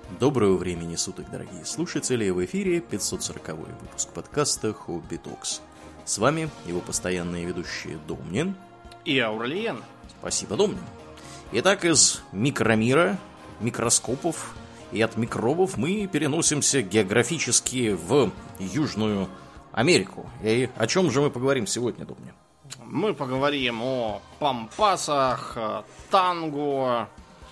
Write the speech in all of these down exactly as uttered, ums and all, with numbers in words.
Доброго времени суток, дорогие слушатели, в эфире пятьсот сороковой выпуск подкаста Хобби Токс. С вами его постоянные ведущие Домнин и Аурельян. Спасибо, Домнин. Итак, из микромира, микроскопов и от микробов мы переносимся географически в Южную Америку. И о чем же мы поговорим сегодня, Домнин? Мы поговорим о пампасах, танго,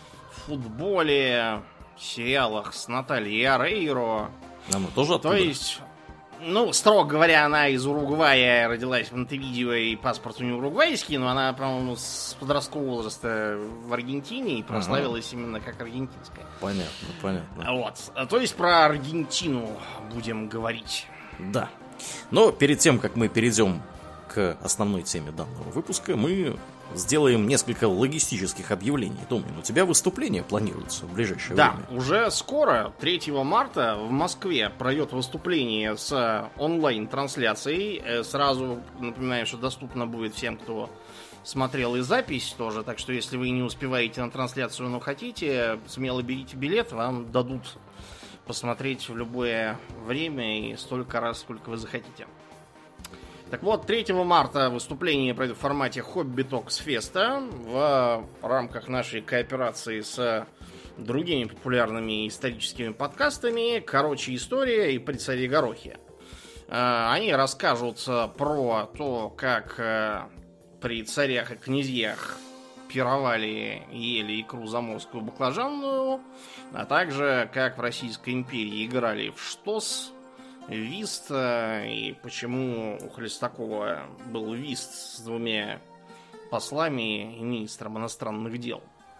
футболе, сериалах с Натальей Орейро. Она тоже оттуда? То есть, ну, строго говоря, она из Уругвая, родилась в Монтевидео, и паспорт у нее уругвайский, но она, по-моему, с подросткового возраста в Аргентине и прославилась ага. именно как аргентинская. Понятно, понятно. Вот. То есть про Аргентину будем говорить. Да. Но перед тем, как мы перейдем к основной теме данного выпуска, мы сделаем несколько логистических объявлений. Домнин, у тебя выступление планируется в ближайшее да, время? Да, уже скоро, третьего марта, в Москве пройдет выступление с онлайн-трансляцией. Сразу напоминаю, что доступно будет всем, кто смотрел и запись тоже. Так что, если вы не успеваете на трансляцию, но хотите, смело берите билет, вам дадут посмотреть в любое время и столько раз, сколько вы захотите. Так вот, третьего марта выступление пройдет в формате Хобби Токс Феста в рамках нашей кооперации с другими популярными историческими подкастами «Короче, история» и «При царе Горохе». Они расскажут про то, как при царях и князьях пировали и ели икру заморскую баклажанную, а также как в Российской империи играли в штос, вист, и почему у Хлестакова был вист с двумя послами и министром иностранных дел.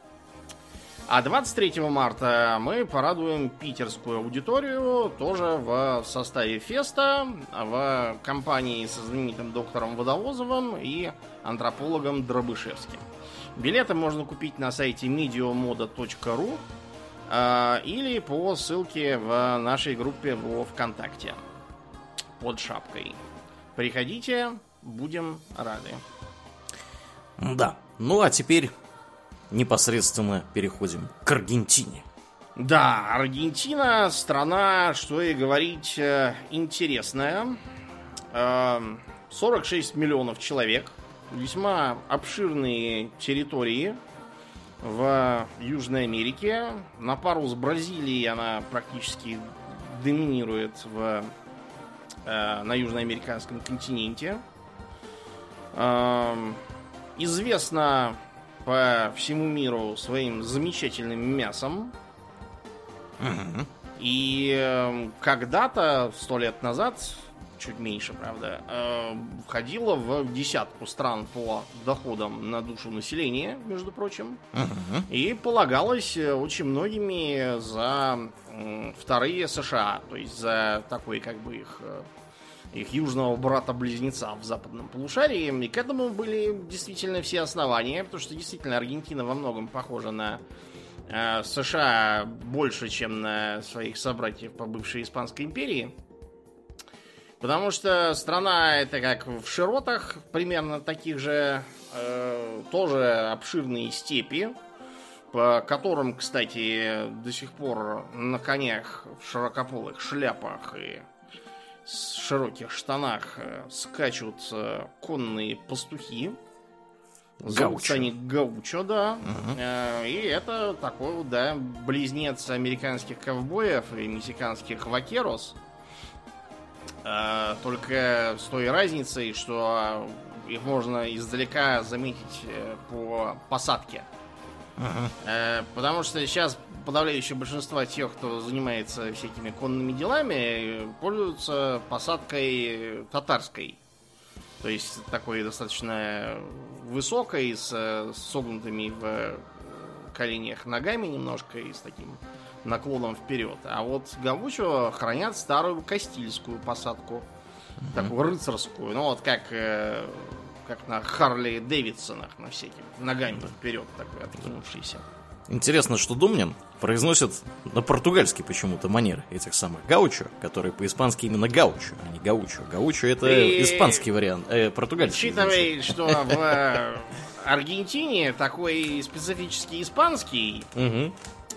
А двадцать третьего марта мы порадуем питерскую аудиторию, тоже в составе феста, в компании со знаменитым доктором Водовозовым и антропологом Дробышевским. Билеты можно купить на сайте медиамода точка ру или по ссылке в нашей группе во ВКонтакте под шапкой. Приходите, будем рады. Да, ну а теперь непосредственно переходим к Аргентине. Да, Аргентина страна, что и говорить, интересная. сорок шесть миллионов человек, весьма обширные территории в Южной Америке. На пару с Бразилией она практически доминирует в, э, на южноамериканском континенте. Э, известна по всему миру своим замечательным мясом. Uh-huh. И э, когда-то, сто лет назад, чуть меньше, правда, э, входила в десятку стран по доходам на душу населения, между прочим. Uh-huh. И полагалась очень многими за э, вторые США, то есть за такой, как бы, их, их южного брата-близнеца в западном полушарии. И к этому были действительно все основания, потому что действительно Аргентина во многом похожа на э, США больше, чем на своих собратьев по бывшей Испанской империи. Потому что страна это как в широтах, примерно таких же, э, тоже обширные степи, по которым, кстати, до сих пор на конях в широкополых шляпах и с широких штанах скачут конные пастухи. Зовутся они гаучо, да. Угу. Э, и это такой, да, близнец американских ковбоев и мексиканских вакерос. Только с той разницей, что их можно издалека заметить по посадке. Uh-huh. Потому что сейчас подавляющее большинство тех, кто занимается всякими конными делами, пользуются посадкой татарской. То есть такой достаточно высокой, с согнутыми в коленях ногами немножко и с таким наклоном вперед. А вот гаучо хранят старую кастильскую посадку. Mm-hmm. Такую рыцарскую. Ну вот как, э, как на Харли Дэвидсонах, на всяких. Ногами вперед такой откинувшийся. Интересно, что Домнин произносит на португальский почему-то манер этих самых гаучо, которые по-испански именно гаучо, а не гаучо. Гаучо это и... испанский вариант, э, португальский. Учитывая, что в Аргентине такой специфический испанский,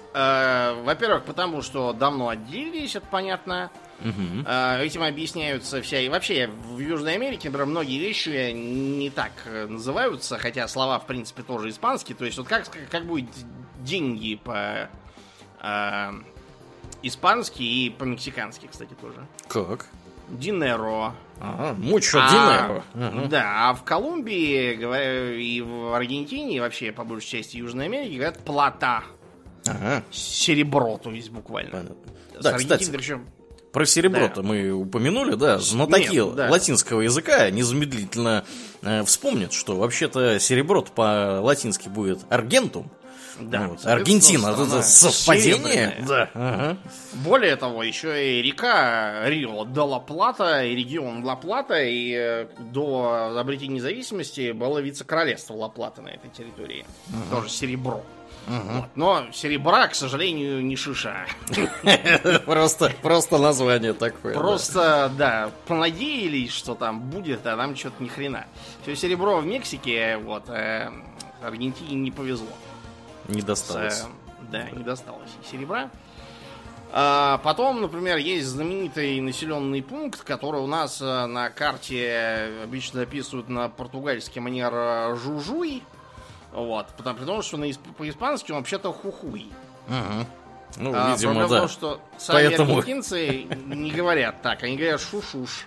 э, во-первых, потому что давно отделились, это понятно. Угу. Э, этим объясняются вся... И вообще, в Южной Америке, например, многие вещи не так называются, хотя слова, в принципе, тоже испанские. То есть, вот как, как будет деньги по... Э, испански и по-мексикански, кстати, тоже. Как? Динеро. Ага, mucho а, dinero. Ага. Да, а в Колумбии и в Аргентине, и вообще по большей части Южной Америки говорят плата. Ага. Серебро, то есть буквально. Понятно. С Да, Аргентины кстати, причем... про серебро-то Да. мы упомянули, да, знатоки Нет, да. латинского языка незамедлительно э, вспомнят, что вообще-то серебро-то по-латински будет аргентум. Да, Вот. соответственно, Аргентина, страна это совпадение. серебряная. Да. Ага. Более того, еще и река Рио де ла Плата, и регион Ла Плата, и э, до обретения независимости было вице-королевство Ла Плата на этой территории. Uh-huh. Тоже серебро. Uh-huh. Вот. Но серебра, к сожалению, не шиша. Просто, просто название такое. Просто, да, понадеялись, что там будет, а там что-то ни хрена. Все серебро в Мексике, вот, э, Аргентине не повезло. Не досталось. С, да, не досталось и серебра. А потом, например, есть знаменитый населенный пункт, который у нас на карте обычно описывают на португальский манер Жужуй. Вот, потому, потому что на, по-испански он вообще-то Хухуй. Угу. Ну, а, видимо, проблема да. в том, что сами Поэтому... аргентинцы не говорят так, они говорят шушуш.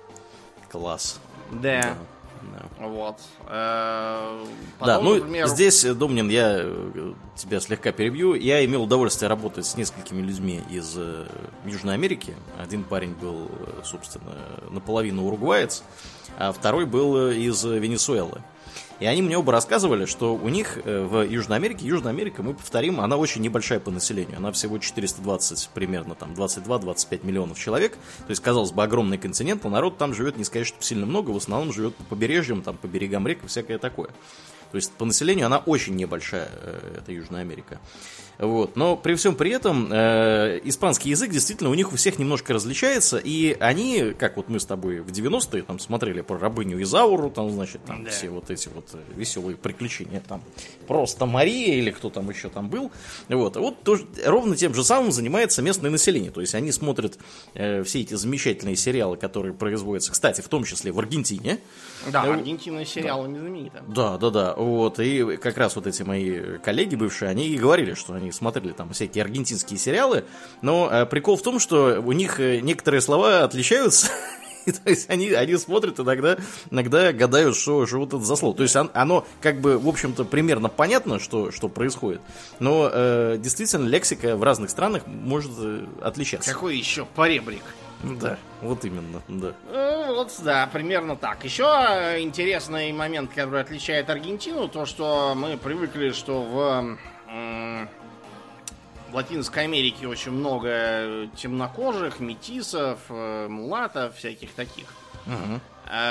Класс. Да. Да. Да. Вот. Потом, да, ну например... здесь, Домнин, я тебя слегка перебью. Я имел удовольствие работать с несколькими людьми из Южной Америки. Один парень был, собственно, наполовину уругваец, а второй был из Венесуэлы. И они мне оба рассказывали, что у них в Южной Америке, Южная Америка, мы повторим, она очень небольшая по населению. Она всего четыреста двадцать, примерно там двадцать два - двадцать пять миллионов человек. То есть, казалось бы, огромный континент, но народ там живет, не сказать, что сильно много, в основном живет по побережьям, там, по берегам рек и всякое такое. То есть, по населению она очень небольшая, это Южная Америка. Вот. Но при всем при этом э, испанский язык действительно у них у всех немножко различается, и они, как вот мы с тобой в девяностые там смотрели про рабыню Изауру, там, значит, там да. все вот эти вот веселые приключения, там просто Мария или кто там еще там был, вот, вот тоже, ровно тем же самым занимается местное население, то есть они смотрят э, все эти замечательные сериалы, которые производятся, кстати, в том числе в Аргентине. Да, э, Аргентина сериалами да. знаменита. Да, да, да, вот, и как раз вот эти мои коллеги бывшие, они и говорили, что они смотрели там всякие аргентинские сериалы, но э, прикол в том, что у них некоторые слова отличаются, и, то есть они, они смотрят иногда, иногда гадают, что, что вот это за слово. То есть оно, оно как бы, в общем-то, примерно понятно, что, что происходит, но э, действительно лексика в разных странах может э, отличаться. Какой еще поребрик? Да, вот именно, да. Ну, вот, да, примерно так. Еще интересный момент, который отличает Аргентину, то, что мы привыкли, что в... М- В Латинской Америке очень много темнокожих, метисов, мулатов, всяких таких. Угу.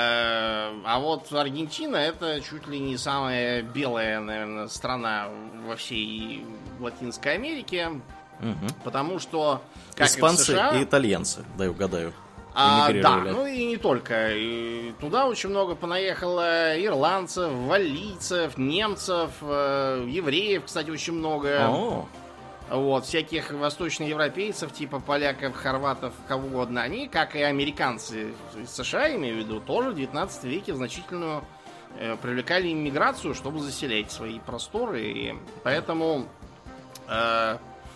А вот Аргентина это чуть ли не самая белая, наверное, страна во всей Латинской Америке. Угу. Потому что, как испанцы и в США... и итальянцы, да, угадаю. А, да, ну и не только. И туда очень много понаехало ирландцев, валлийцев, немцев, евреев, кстати, очень много. О. Вот, всяких восточноевропейцев, типа поляков, хорватов, кого угодно, они, как и американцы из США, имею в виду, тоже в девятнадцатом веке значительную э, привлекали иммиграцию, чтобы заселять свои просторы. И поэтому... Э,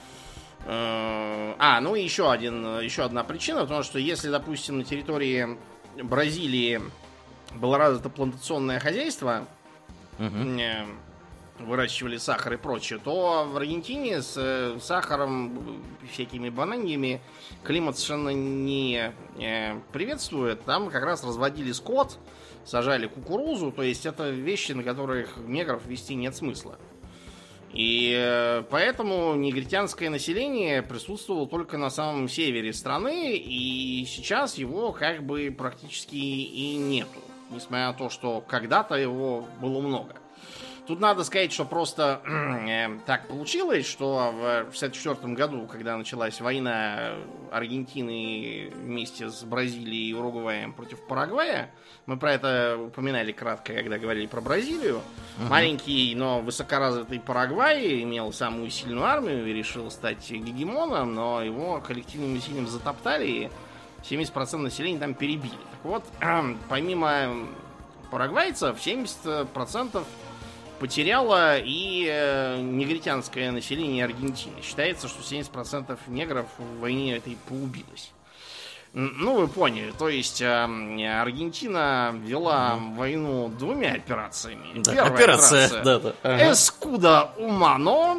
э, а, ну и еще, один, еще одна причина, потому что если, допустим, на территории Бразилии было развито плантационное хозяйство, угу. э, выращивали сахар и прочее, то в Аргентине с сахаром, всякими бананьями климат совершенно не приветствует. Там как раз разводили скот, сажали кукурузу, то есть это вещи, на которых негров вести нет смысла. И поэтому негритянское население присутствовало только на самом севере страны, и сейчас его как бы практически и нету, несмотря на то, что когда-то его было много. Тут надо сказать, что просто э, так получилось, что в шестьдесят четвёртом году, когда началась война Аргентины вместе с Бразилией и Уругваем против Парагвая, мы про это упоминали кратко, когда говорили про Бразилию. Uh-huh. Маленький, но высокоразвитый Парагвай имел самую сильную армию и решил стать гегемоном, но его коллективным усилием затоптали, и семьдесят процентов населения там перебили. Так вот, э, помимо парагвайцев, семьдесят процентов потеряло и э, негритянское население Аргентины. Считается, что семьдесят процентов негров в войне этой поубилось. Ну, вы поняли. То есть э, Аргентина вела mm-hmm. войну двумя операциями. Да, Первая операция, операция да, да. Ага. Эскуда Умано.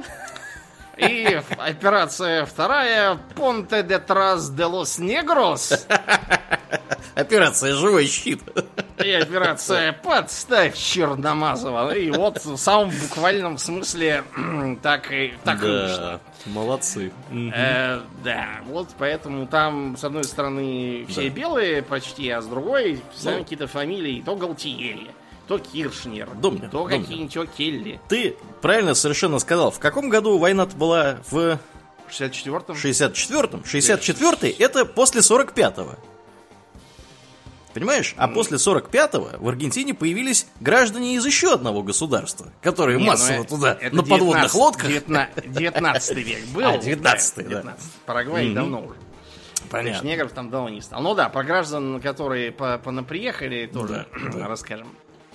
И операция вторая Понте де Трас де лос Негрос. Операция «Живой щит». И операция «Подставь Черномазова». И вот в самом буквальном смысле так и, так да, и вышло. Молодцы. Э, да, вот поэтому там, с одной стороны, все да. белые почти, а с другой сами ну, какие-то фамилии. То Галтиери, то Киршнер, Домнин, то какие-нибудь Келли. Ты правильно совершенно сказал. В каком году война-то была? В шестьдесят четвёртом. шестьдесят четвёртом. шестьдесят четвёртый это после сорок пятого. Понимаешь? А mm. после сорок пятого в Аргентине появились граждане из еще одного государства, которые Не, массово ну, туда на подводных лодках. девятнадцатый век был. А, девятнадцатый, да. девятнадцатый. Парагвай mm-hmm. давно уже. Понятно. Значит, негров там давно не стало. Ну да, про граждан, которые понаприехали, тоже да, расскажем.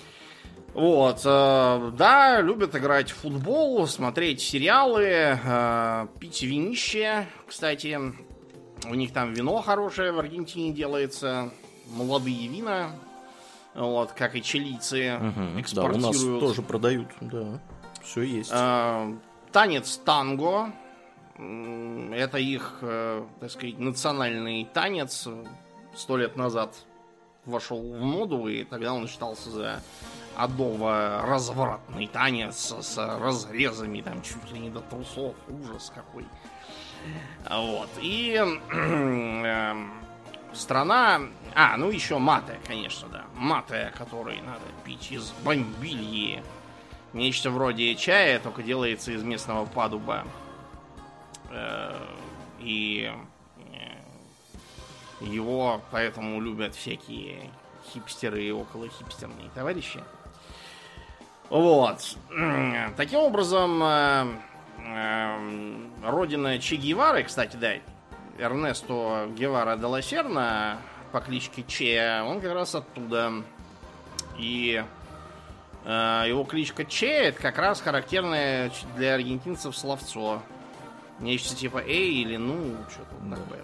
Вот, э, да, любят играть в футбол, смотреть сериалы, э, пить винище. Кстати, у них там вино хорошее в Аргентине делается. Молодые вина, вот, как и чилийцы, угу, экспортируют. Да, у нас тоже продают, да, все есть. А, танец танго, это их, так сказать, национальный танец, сто лет назад вошел в моду, и тогда он считался за адово-развратный танец с разрезами, там, чуть ли не до трусов, ужас какой. Вот, и... Страна... А, ну еще мате, конечно, да. Мате, который надо пить из бомбильи. Нечто вроде чая, только делается из местного падуба. И его поэтому любят всякие хипстеры и около хипстерные товарищи. Вот. Таким образом, родина Че Гевары, кстати, да, Эрнесто Гевара де ла Серна по кличке Че, он как раз оттуда. И э, его кличка Че это как раз характерное для аргентинцев словцо. Нечто типа эй или ну, что-то да. такое.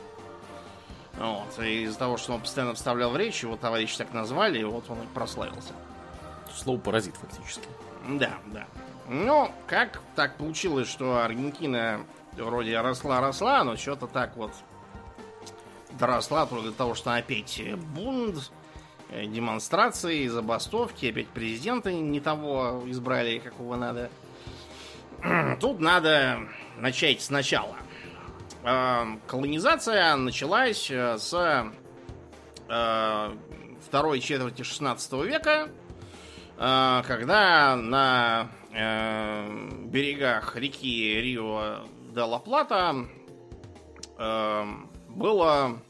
Вот. И из-за того, что он постоянно вставлял в речь, его товарищи так назвали, и вот он и прославился. Слово паразит фактически. Да, да. Ну, как так получилось, что Аргентина вроде росла-росла, но что-то так вот доросла только для того, что опять бунт, демонстрации, забастовки, опять президента не того избрали, какого надо. Тут надо начать сначала. Колонизация началась с второй четверти шестнадцатого века, когда на берегах реки Рио де ла Плата было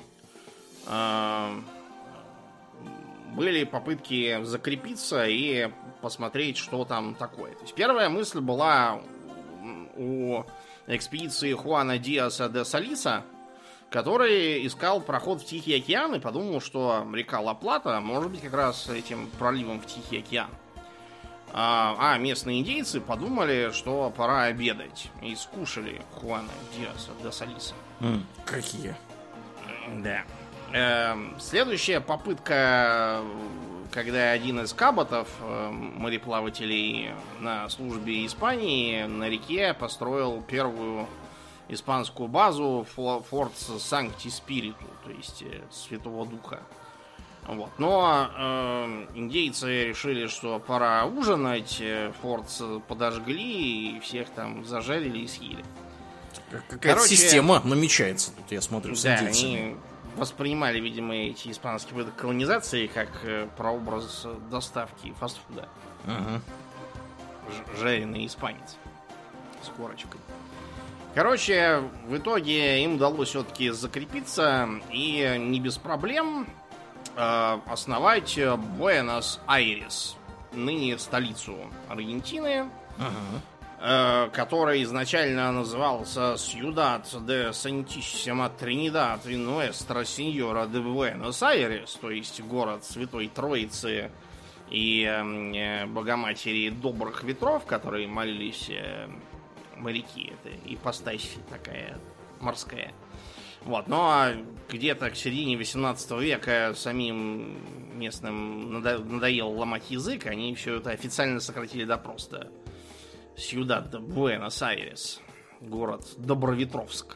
были попытки закрепиться и посмотреть, что там такое. То есть первая мысль была у экспедиции Хуана Диаса де Солиса, который искал проход в Тихий океан и подумал, что река Ла-Плата может быть как раз этим проливом в Тихий океан. А, а местные индейцы подумали, что пора обедать, и скушали Хуана Диаса де Солиса. Mm, какие? Да. Следующая попытка, когда один из каботов, мореплавателей на службе Испании, на реке построил первую испанскую базу Форт Санкти Спириту, то есть Святого Духа. Вот. Но э, индейцы решили, что пора ужинать, форт подожгли и всех там зажарили и съели. Какая-то Короче, система намечается тут, я смотрю, с да, индейцами. Они воспринимали, видимо, эти испанские попытки колонизации как прообраз доставки фастфуда. Ага. жареный испанец с корочкой. Короче, в итоге им удалось все-таки закрепиться и не без проблем э, основать Буэнос-Айрес, ныне столицу Аргентины, uh-huh. э, который изначально назывался Сьюдад де Сантиссима Тринидад и Нуэстро Синьора де Буэнос-Айрес, то есть город Святой Троицы и э, Богоматери Добрых Ветров, которые молились э, моряки. Это ипостась такая морская. Вот. Но где-то к середине восемнадцатого века самим местным надо- надоело ломать язык, они все это официально сократили до просто Сьюдад де Буэнос-Айрес, город Доброветровск.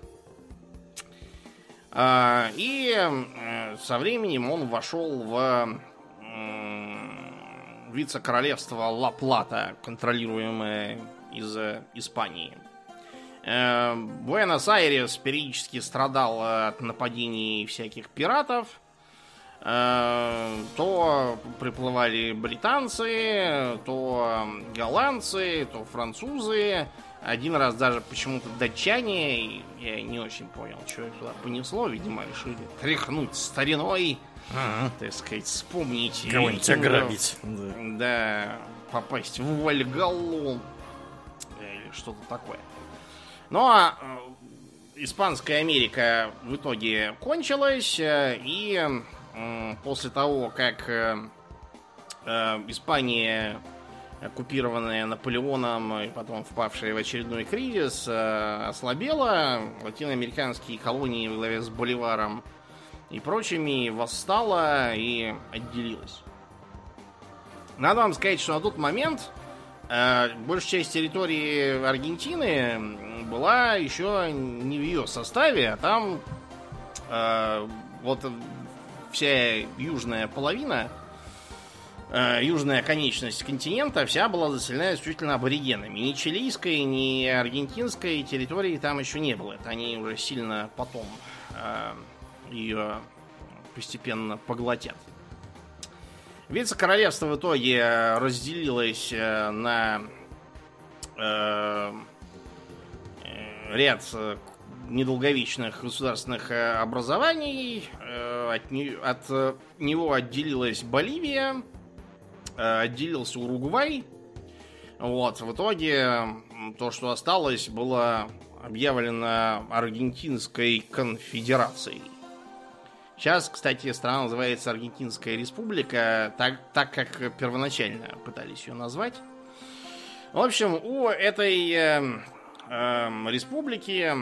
А, и э, со временем он вошел в вице-королевство Ла-Плата, контролируемое из Испании. Э, Буэнос-Айрес периодически страдал от нападений всяких пиратов. Э, то приплывали британцы, то голландцы, то французы. Один раз даже почему-то датчане. Я не очень понял, что их туда понесло. Видимо, решили тряхнуть стариной. Ага. Так сказать, вспомнить. Кого-нибудь ограбить. Да. да, попасть в Вальгаллу. Или что-то такое. Ну, а Испанская Америка в итоге кончилась. И после того, как Испания, оккупированная Наполеоном и потом впавшая в очередной кризис, ослабела, латиноамериканские колонии во главе с Боливаром и прочими восстала и отделилась. Надо вам сказать, что на тот момент э, большая часть территории Аргентины была еще не в ее составе, а там э, вот вся южная половина, э, южная конечность континента вся была заселена исключительно аборигенами. Ни чилийской, ни аргентинской территории там еще не было. Это они уже сильно потом э, ее постепенно поглотят. Вице-королевство в итоге разделилось на э, ряд недолговечных государственных образований. От, не, от него отделилась Боливия, отделился Уругвай. Вот, в итоге то, что осталось, было объявлено Аргентинской конфедерацией. Сейчас, кстати, страна называется Аргентинская республика, так, так как первоначально пытались ее назвать. В общем, у этой э, э, республики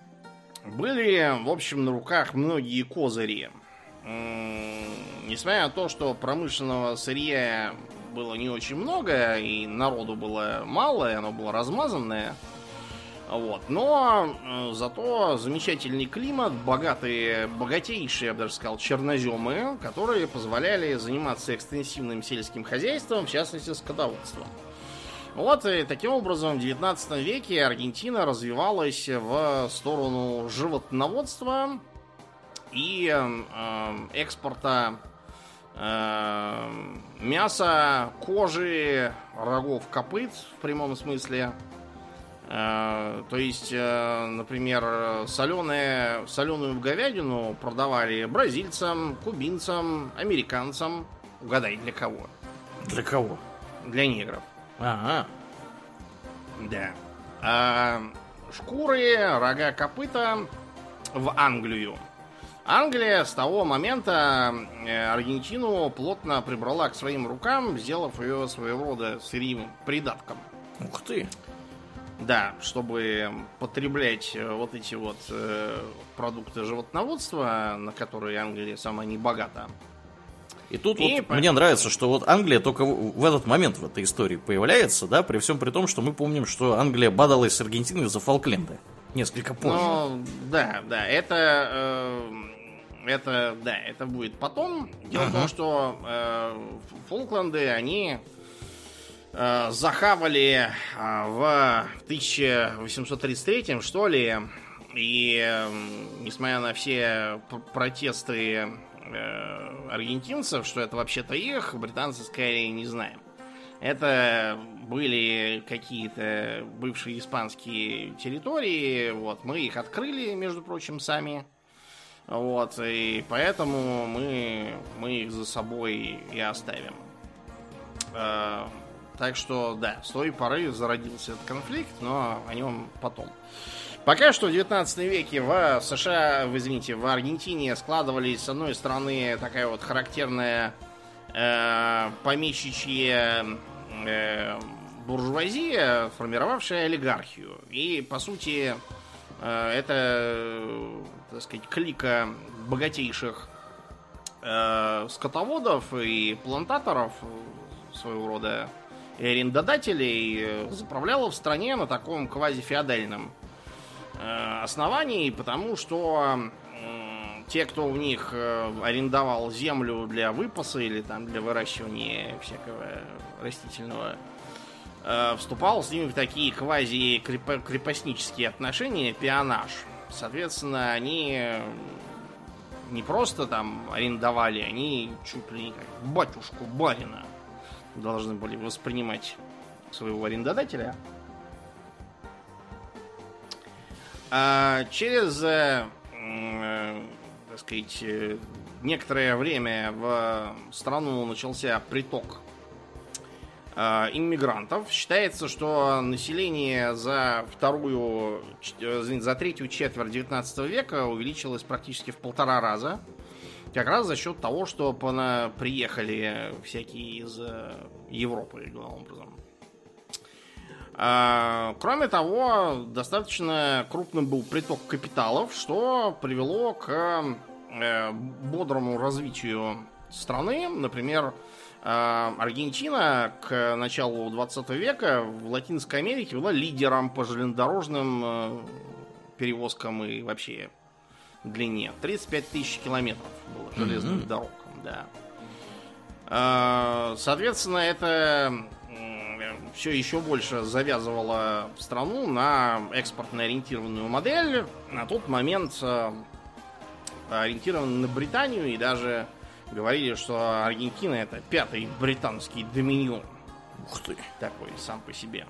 были, в общем, на руках многие козыри. М-м, несмотря на то, что промышленного сырья было не очень много, и народу было мало, и оно было размазанное. Вот. Но э, зато замечательный климат, богатые, богатейшие, я бы даже сказал, черноземы, которые позволяли заниматься экстенсивным сельским хозяйством, в частности, скотоводством. Вот, и таким образом в девятнадцатом веке Аргентина развивалась в сторону животноводства и э, экспорта э, мяса, кожи, рогов, копыт в прямом смысле. То есть, например, соленые, соленую говядину продавали бразильцам, кубинцам, американцам. Угадай, для кого? Для кого? Для негров. Ага. Да. А шкуры, рога, копыта в Англию. Англия с того момента Аргентину плотно прибрала к своим рукам, сделав ее своего рода сырьевым придатком. Ух ты! Да, чтобы потреблять вот эти вот э, продукты животноводства, на которые Англия сама не богата. И тут и вот по... мне нравится, что вот Англия только в этот момент в этой истории появляется, да, при всем при том, что мы помним, что Англия бадалась с Аргентиной за Фолкленды несколько позже. Ну, да, да, это, э, это, да, это будет потом. Дело uh-huh. в том, что э, Фолкленды, они э, захавали э, в тысяча восемьсот тридцать третьем, что ли, и э, несмотря на все протесты аргентинцев, что это вообще-то их, британцы сказали, не знаем. Это были какие-то бывшие испанские территории. Вот, мы их открыли, между прочим, сами. Вот, и поэтому мы, мы их за собой и оставим. Э, так что, да, с той поры зародился этот конфликт, но о нем потом. Пока что в девятнадцатом веке в США, в, извините, в Аргентине складывались, с одной стороны, такая вот характерная э, помещичья э, буржуазия, формировавшая олигархию. И, по сути, э, это, так сказать, клика богатейших э, скотоводов и плантаторов, своего рода и арендодателей, заправляла в стране на таком квазифеодальном основании, потому что э, те, кто в них э, арендовал землю для выпаса или там для выращивания всякого растительного, э, вступал с ними в такие квази-крепостнические отношения, пионаж. Соответственно, они не просто там арендовали, они чуть ли не как батюшку барина должны были воспринимать своего арендодателя. А через, э, э, так сказать, некоторое время в страну начался приток э, иммигрантов. Считается, что население за вторую, за третью четверть девятнадцатого века увеличилось практически в полтора раза. Как раз за счет того, что пона- приехали всякие из Европы, главным образом. Кроме того, достаточно крупным был приток капиталов, что привело к бодрому развитию страны. Например, Аргентина к началу двадцатого века в Латинской Америке была лидером по железнодорожным перевозкам и вообще длине. тридцать пять тысяч километров было железных mm-hmm. дорог. Да. Соответственно, это все еще больше завязывало страну на экспортно ориентированную модель. На тот момент ориентированы на Британию, и даже говорили, что Аргентина — это пятый британский доминион. Ух ты. Такой сам по себе.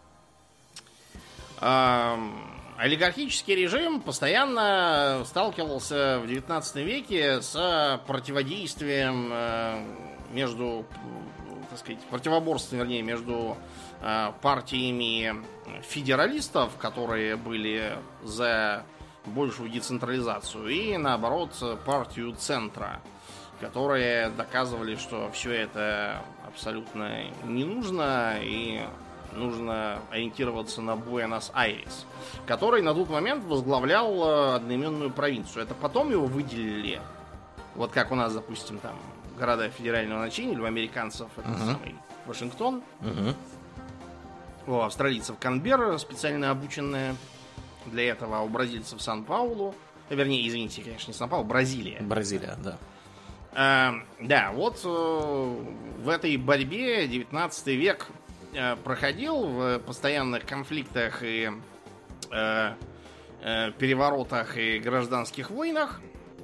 А, олигархический режим постоянно сталкивался в девятнадцатом веке с противодействием между, так сказать, противоборством, вернее, между партиями федералистов, которые были за большую децентрализацию, и, наоборот, партию центра, которые доказывали, что все это абсолютно не нужно, и нужно ориентироваться на Буэнос-Айрес, который на тот момент возглавлял одноименную провинцию. Это потом его выделили, вот как у нас, допустим, там города федерального значения, или у американцев это uh-huh. самый Вашингтон, uh-huh. у австралийцев Канберра, специально обученная для этого, а у бразильцев Сан-Паулу. Вернее, извините, конечно, не Сан-Паулу, Бразилия. Бразилия, да. А, да, вот э, в этой борьбе девятнадцатый век э, проходил в постоянных конфликтах и э, э, переворотах и гражданских войнах.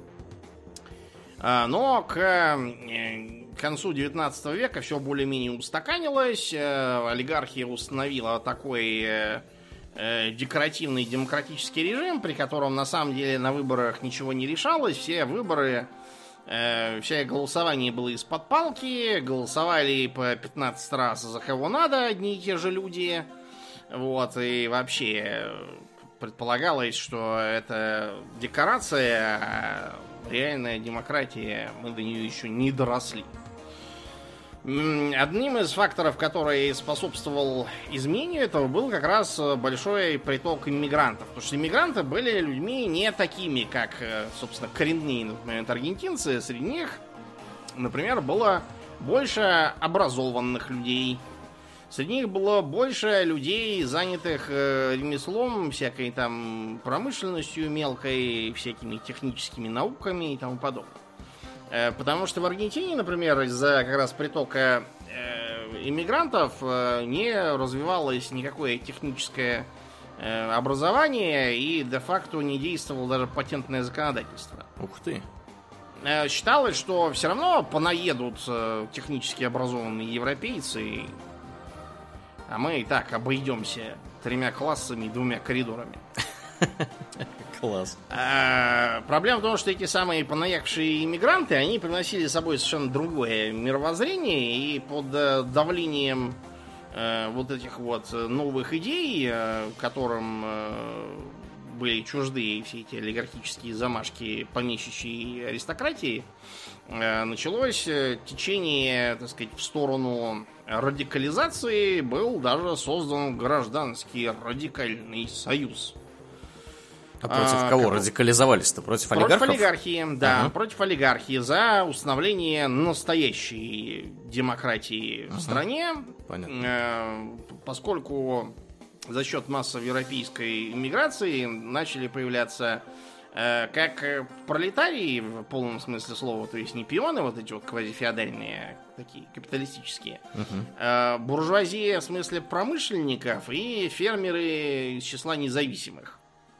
А, но к э, концу девятнадцатого века все более-менее устаканилось. Э, олигархия установила такой э, э, декоративный демократический режим, при котором на самом деле на выборах ничего не решалось. Все выборы, э, все голосование было из-под палки, голосовали по пятнадцать раз за кого надо одни и те же люди. Вот, и вообще предполагалось, что это декорация, а реальная демократия, мы до нее еще не доросли. Одним из факторов, который способствовал изменению этого, был как раз большой приток иммигрантов. Потому что иммигранты были людьми не такими, как, собственно, коренные, например, аргентинцы. Среди них, например, было больше образованных людей. Среди них было больше людей, занятых э, ремеслом, всякой там промышленностью мелкой, всякими техническими науками и тому подобное. Э, потому что в Аргентине, например, из-за как раз притока э, иммигрантов э, не развивалось никакое техническое э, образование, и де-факто не действовало даже патентное законодательство. Ух ты! Э, считалось, что все равно понаедут э, технически образованные европейцы, А мы и так обойдемся тремя классами и двумя коридорами. Класс. А, проблема в том, что эти самые понаехавшие иммигранты, они приносили с собой совершенно другое мировоззрение, и под давлением э, вот этих вот новых идей, э, которым э, были чужды все эти олигархические замашки помещичьей аристократии, э, началось течение, так сказать, в сторону радикализации. Был даже создан гражданский радикальный союз. А против а, кого как... радикализовались-то? Против олигархов? Против олигархии, да. Ага. Против олигархии за установление настоящей демократии ага. в стране. Понятно. Э, поскольку за счет массовой европейской иммиграции начали появляться э, как пролетарии в полном смысле слова, то есть не пионы вот эти вот квазифеодальные, такие капиталистические, uh-huh. э, буржуазия в смысле промышленников и фермеры из числа независимых.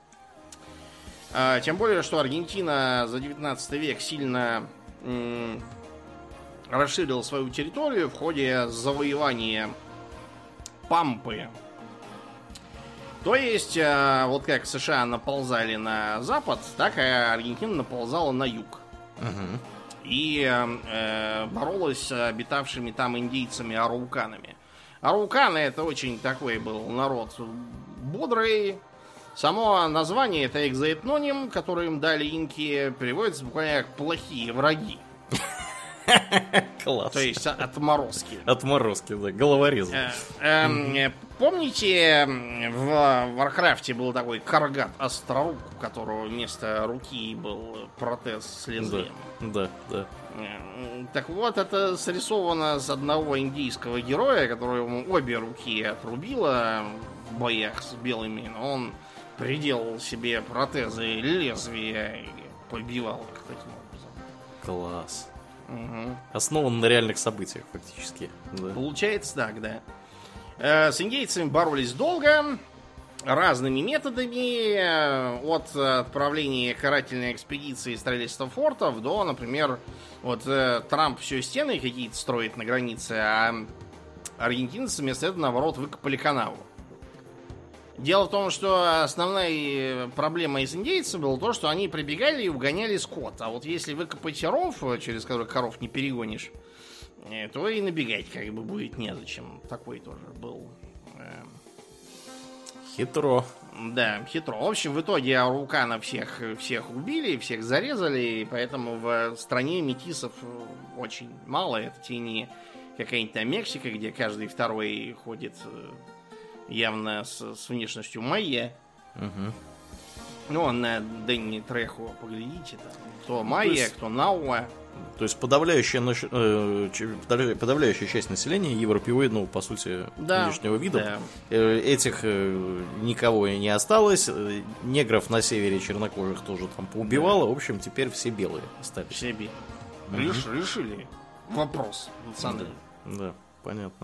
Тем более, что Аргентина за девятнадцатый век сильно м, расширила свою территорию в ходе завоевания Пампы. То есть, вот как США наползали на запад, так и Аргентина наползала на юг. Угу. И э, боролась с обитавшими там индейцами арауканами. Арауканы — это очень такой был народ бодрый. Само название, это экзоэтноним, который им дали инки, переводится буквально как «плохие враги». Класс. То есть отморозки. Отморозки, да, головорезы. Помните, в Варкрафте был такой Каргат Острорук, у которого вместо руки был протез с лезвием? Да, да. Так вот, это срисовано с одного индийского героя, которому обе руки отрубило в боях с белыми, но он приделал себе протезы лезвия и побивал их таким образом. Класс. Угу. Основан на реальных событиях, фактически. Да. Получается так, да. Э, с индейцами боролись долго, разными методами, э, от отправления карательной экспедиции строительства фортов до, например, вот э, Трамп все стены какие-то строит на границе, а аргентинцы вместо этого, наоборот, выкопали канаву. Дело в том, что основная проблема из индейцев была то, что они прибегали и угоняли скот. А вот если выкопать ров, через который коров не перегонишь, то и набегать как бы будет незачем. Такой тоже был. Хитро. Да, хитро. В общем, в итоге арауканов всех, всех убили, всех зарезали, и поэтому в стране метисов очень мало. Это те не какая-нибудь там Мексика, где каждый второй ходит явно с, с внешностью майя. Угу. Ну, на Дэнни Трехо поглядите. Там. Кто майя, есть, кто науа. То есть подавляющая, э, подавляющая часть населения европеоидного, по сути, да, внешнего вида. Да. Э, этих э, никого и не осталось. Негров на севере чернокожих тоже там поубивало. Да. В общем, теперь все белые остались. Все белые. Угу. Реш, решили вопрос национальный. Да, да, понятно.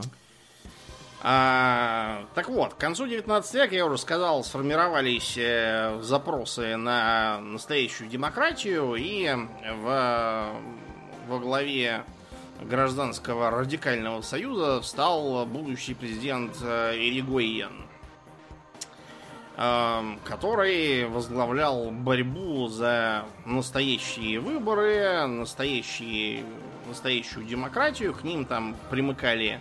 А, так вот, к концу девятнадцатого века, я уже сказал, сформировались э, запросы на настоящую демократию, и в, во главе гражданского радикального союза встал будущий президент Иригойен, э, который возглавлял борьбу за настоящие выборы, настоящие, настоящую демократию. К ним там примыкали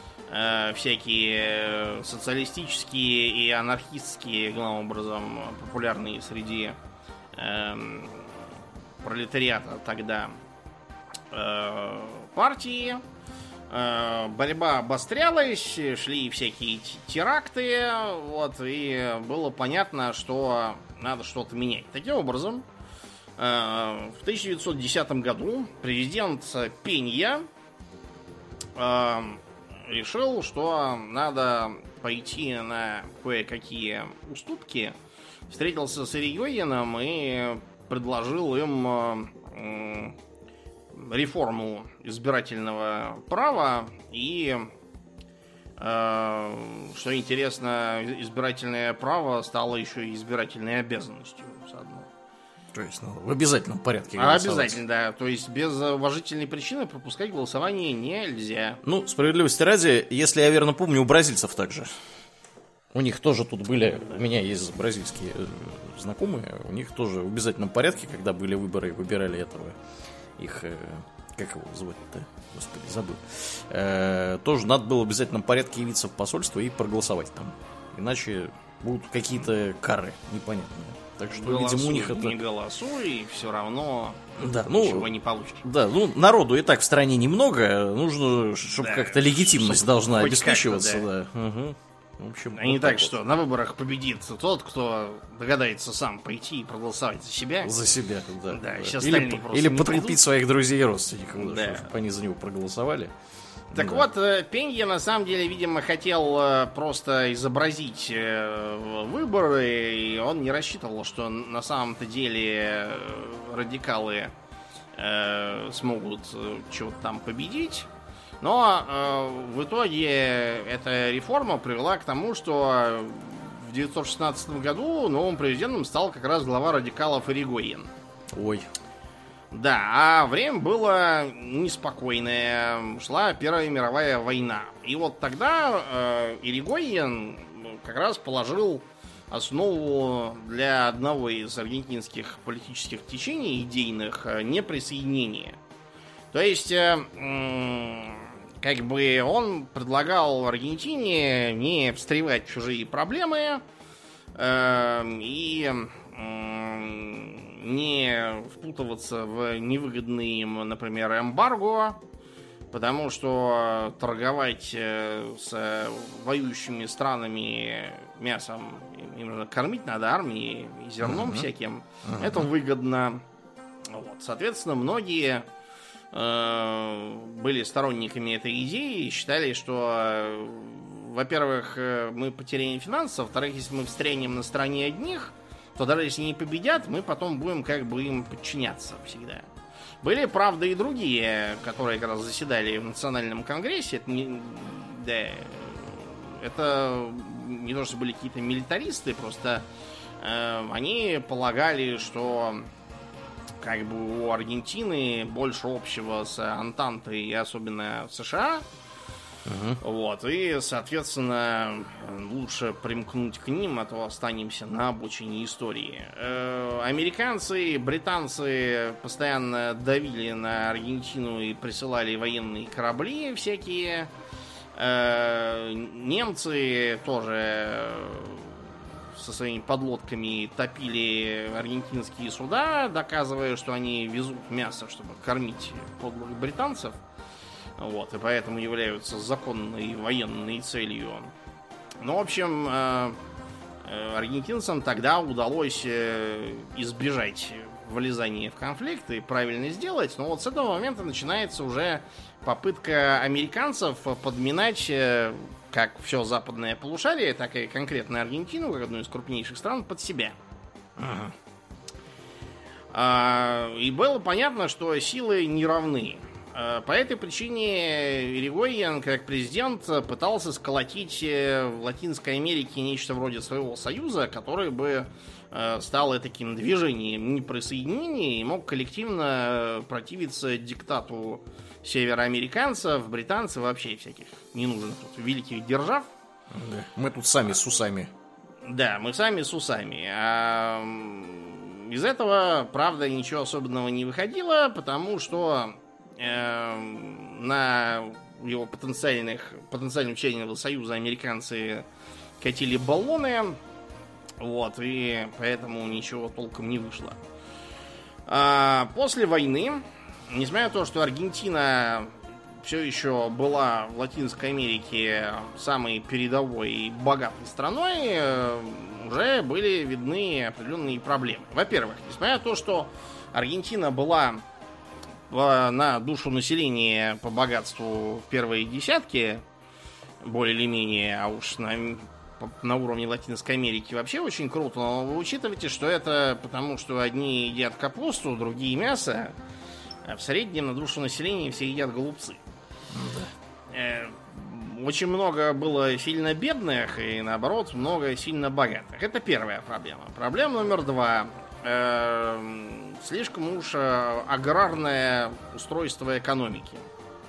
всякие социалистические и анархистские, главным образом, популярные среди э, пролетариата тогда э, партии. Э, борьба обострялась, шли всякие теракты, вот, и было понятно, что надо что-то менять. Таким образом, э, в тысяча девятьсот десятом году президент Пенья э, решил, что надо пойти на кое-какие уступки. Встретился с Иригойеном и предложил им э, реформу избирательного права и, э, что интересно, избирательное право стало еще и избирательной обязанностью заодно. То есть ну, в обязательном порядке голосовать. Обязательно, да. То есть без уважительной причины пропускать голосование нельзя. Ну, справедливости ради, если я верно помню, у бразильцев также. У них тоже тут были, у меня есть бразильские знакомые, у них тоже в обязательном порядке, когда были выборы, выбирали этого, их, как его звать-то, господи, забыл. Э, тоже надо было в обязательном порядке явиться в посольство и проголосовать там. Иначе будут какие-то кары непонятные. Так что, голосуй, видимо, у них это... не голосуй, все равно да, ну, ничего не получишь. Да, ну, народу и так в стране немного, нужно, чтобы да, как-то легитимность должна обеспечиваться, да. Угу. В общем, а вот не так, вот. Что на выборах победит тот, кто догадается сам пойти и проголосовать за себя. За себя, да. Да, да. Сейчас или или подкупить придут. Своих друзей и родственников, да. чтобы они за него проголосовали. Так да. Вот, Пенья на самом деле, видимо, хотел просто изобразить выборы, и он не рассчитывал, что на самом-то деле радикалы э, смогут чего-то там победить. Но э, в итоге эта реформа привела к тому, что в девятьсот шестнадцатом году новым президентом стал как раз глава радикалов Иригойен. Ой. Да, а время было неспокойное. Шла Первая мировая война. И вот тогда э, Иригойен как раз положил основу для одного из аргентинских политических течений идейных – неприсоединения. То есть... Э, э, Как бы он предлагал Аргентине не встревать в чужие проблемы э, и э, не впутываться в невыгодные им, например, эмбарго, потому что торговать с воюющими странами мясом им нужно кормить надо, армии и зерном uh-huh. всяким. Uh-huh. Это выгодно. Вот. Соответственно, многие были сторонниками этой идеи и считали, что, во-первых, мы потеряем финансы, во-вторых, если мы встрянем на стороне одних, то даже если не победят, мы потом будем как бы им подчиняться всегда. Были, правда, и другие, которые как раз заседали в Национальном конгрессе. Это не, да, это не то, что были какие-то милитаристы, просто э, они полагали, что как бы у Аргентины больше общего с Антантой и особенно США. Uh-huh. Вот, и, соответственно, лучше примкнуть к ним, а то останемся на обочине истории. Э, американцы, британцы постоянно давили на Аргентину и присылали военные корабли всякие. Э, немцы тоже со своими подлодками топили аргентинские суда, доказывая, что они везут мясо, чтобы кормить подлых британцев. Вот, и поэтому являются законной военной целью. Ну, в общем, э, э, аргентинцам тогда удалось э, избежать влезания в конфликт и правильно сделать. Но вот с этого момента начинается уже попытка американцев подминать э, как все западное полушарие, так и конкретно Аргентину, как одну из крупнейших стран, под себя. Ага. А, и было понятно, что силы не равны. По этой причине Иригойен, как президент, пытался сколотить в Латинской Америке нечто вроде своего союза, который бы стал таким движением неприсоединения и мог коллективно противиться диктату североамериканцев, британцев, вообще всяких ненужных тут великих держав. Да. Мы тут сами с усами. Да, мы сами с усами. А из этого, правда, ничего особенного не выходило, потому что на его потенциальных потенциальных членов союза американцы катили баллоны, вот, и поэтому ничего толком не вышло. А после войны, несмотря на то, что Аргентина все еще была в Латинской Америке самой передовой и богатой страной, уже были видны определенные проблемы. Во-первых, несмотря на то, что Аргентина была на душу населения по богатству в первые десятки, более или менее, а уж на, на уровне Латинской Америки вообще очень круто, но вы учитываете, что это потому, что одни едят капусту, другие мясо, а в среднем на душу населения все едят голубцы. Да. Очень много было сильно бедных и, наоборот, много сильно богатых. Это первая проблема. Проблема номер два. э, слишком уж аграрное устройство экономики.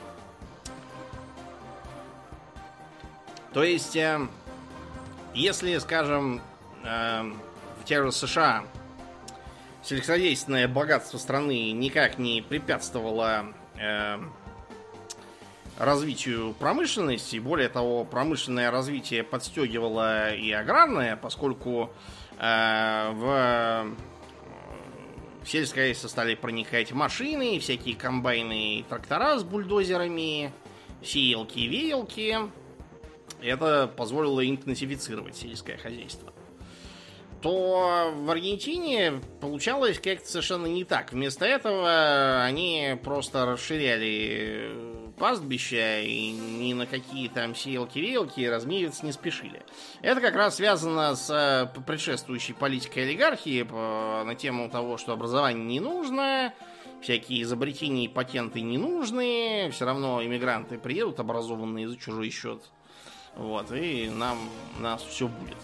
То есть, э, если, скажем, э, в тех же США сельскохозяйственное богатство страны никак не препятствовало э, развитию промышленности, более того, промышленное развитие подстегивало и аграрное, поскольку э, в в сельское хозяйство стали проникать машины, всякие комбайны и трактора с бульдозерами, сеялки и веялки. Это позволило интенсифицировать сельское хозяйство. То в Аргентине получалось как-то совершенно не так. Вместо этого они просто расширяли пастбища и ни на какие там сеялки-веялки размериться не спешили. Это как раз связано с предшествующей политикой олигархии на тему того, что образование не нужно, всякие изобретения и патенты не нужны, все равно иммигранты приедут образованные за чужой счет. Вот, и нам, у нас все будет.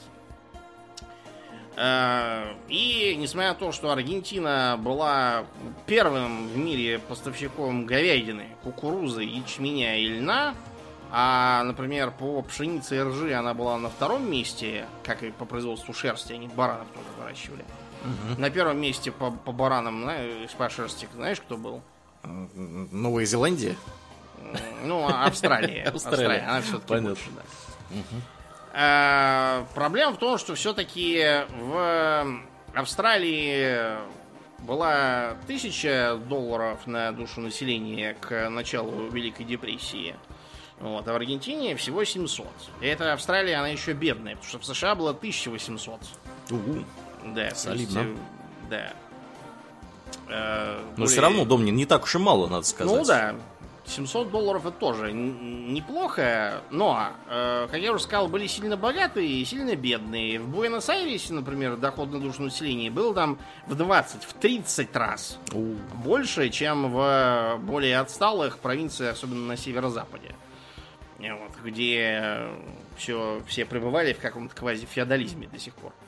И несмотря на то, что Аргентина была первым в мире поставщиком говядины, кукурузы, ячменя и льна, а, например, по пшенице и ржи она была на втором месте, как и по производству шерсти, они баранов тоже выращивали. Угу. На первом месте по, по баранам, знаешь, по шерсти, знаешь, кто был? Новая Зеландия? Ну, Австралия. Австралия. Она все-таки больше, да. Угу. А, проблема в том, что все-таки в Австралии была тысяча долларов на душу населения к началу Великой депрессии. Вот, а в Аргентине всего семьсот. И эта Австралия, она еще бедная, потому что в США было тысяча восемьсот. Угу. Да, солидно. Есть, да. А, но более... все равно, Домнин, не так уж и мало, надо сказать. Ну да. семьсот долларов это тоже неплохо, но, э, как я уже сказал, были сильно богатые и сильно бедные. В Буэнос-Айресе, например, доход на душу населения был там в двадцать, в тридцать раз У. больше, чем в более отсталых провинциях, особенно на северо-западе, вот, где все, все пребывали в каком-то квазифеодализме до сих пор.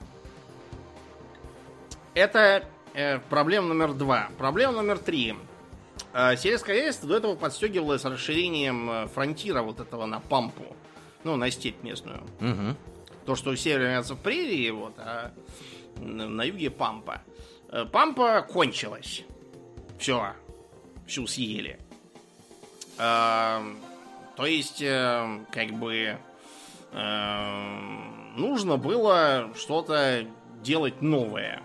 Это э, проблема номер два. Проблема номер три. Сельское хозяйство до этого подстегивалось расширением фронтира вот этого на пампу. Ну, на степь местную. Угу. То, что север является прерии, вот, а на юге пампа. Пампа кончилась. Все. Всю съели. А, то есть, как бы, нужно было что-то делать новое.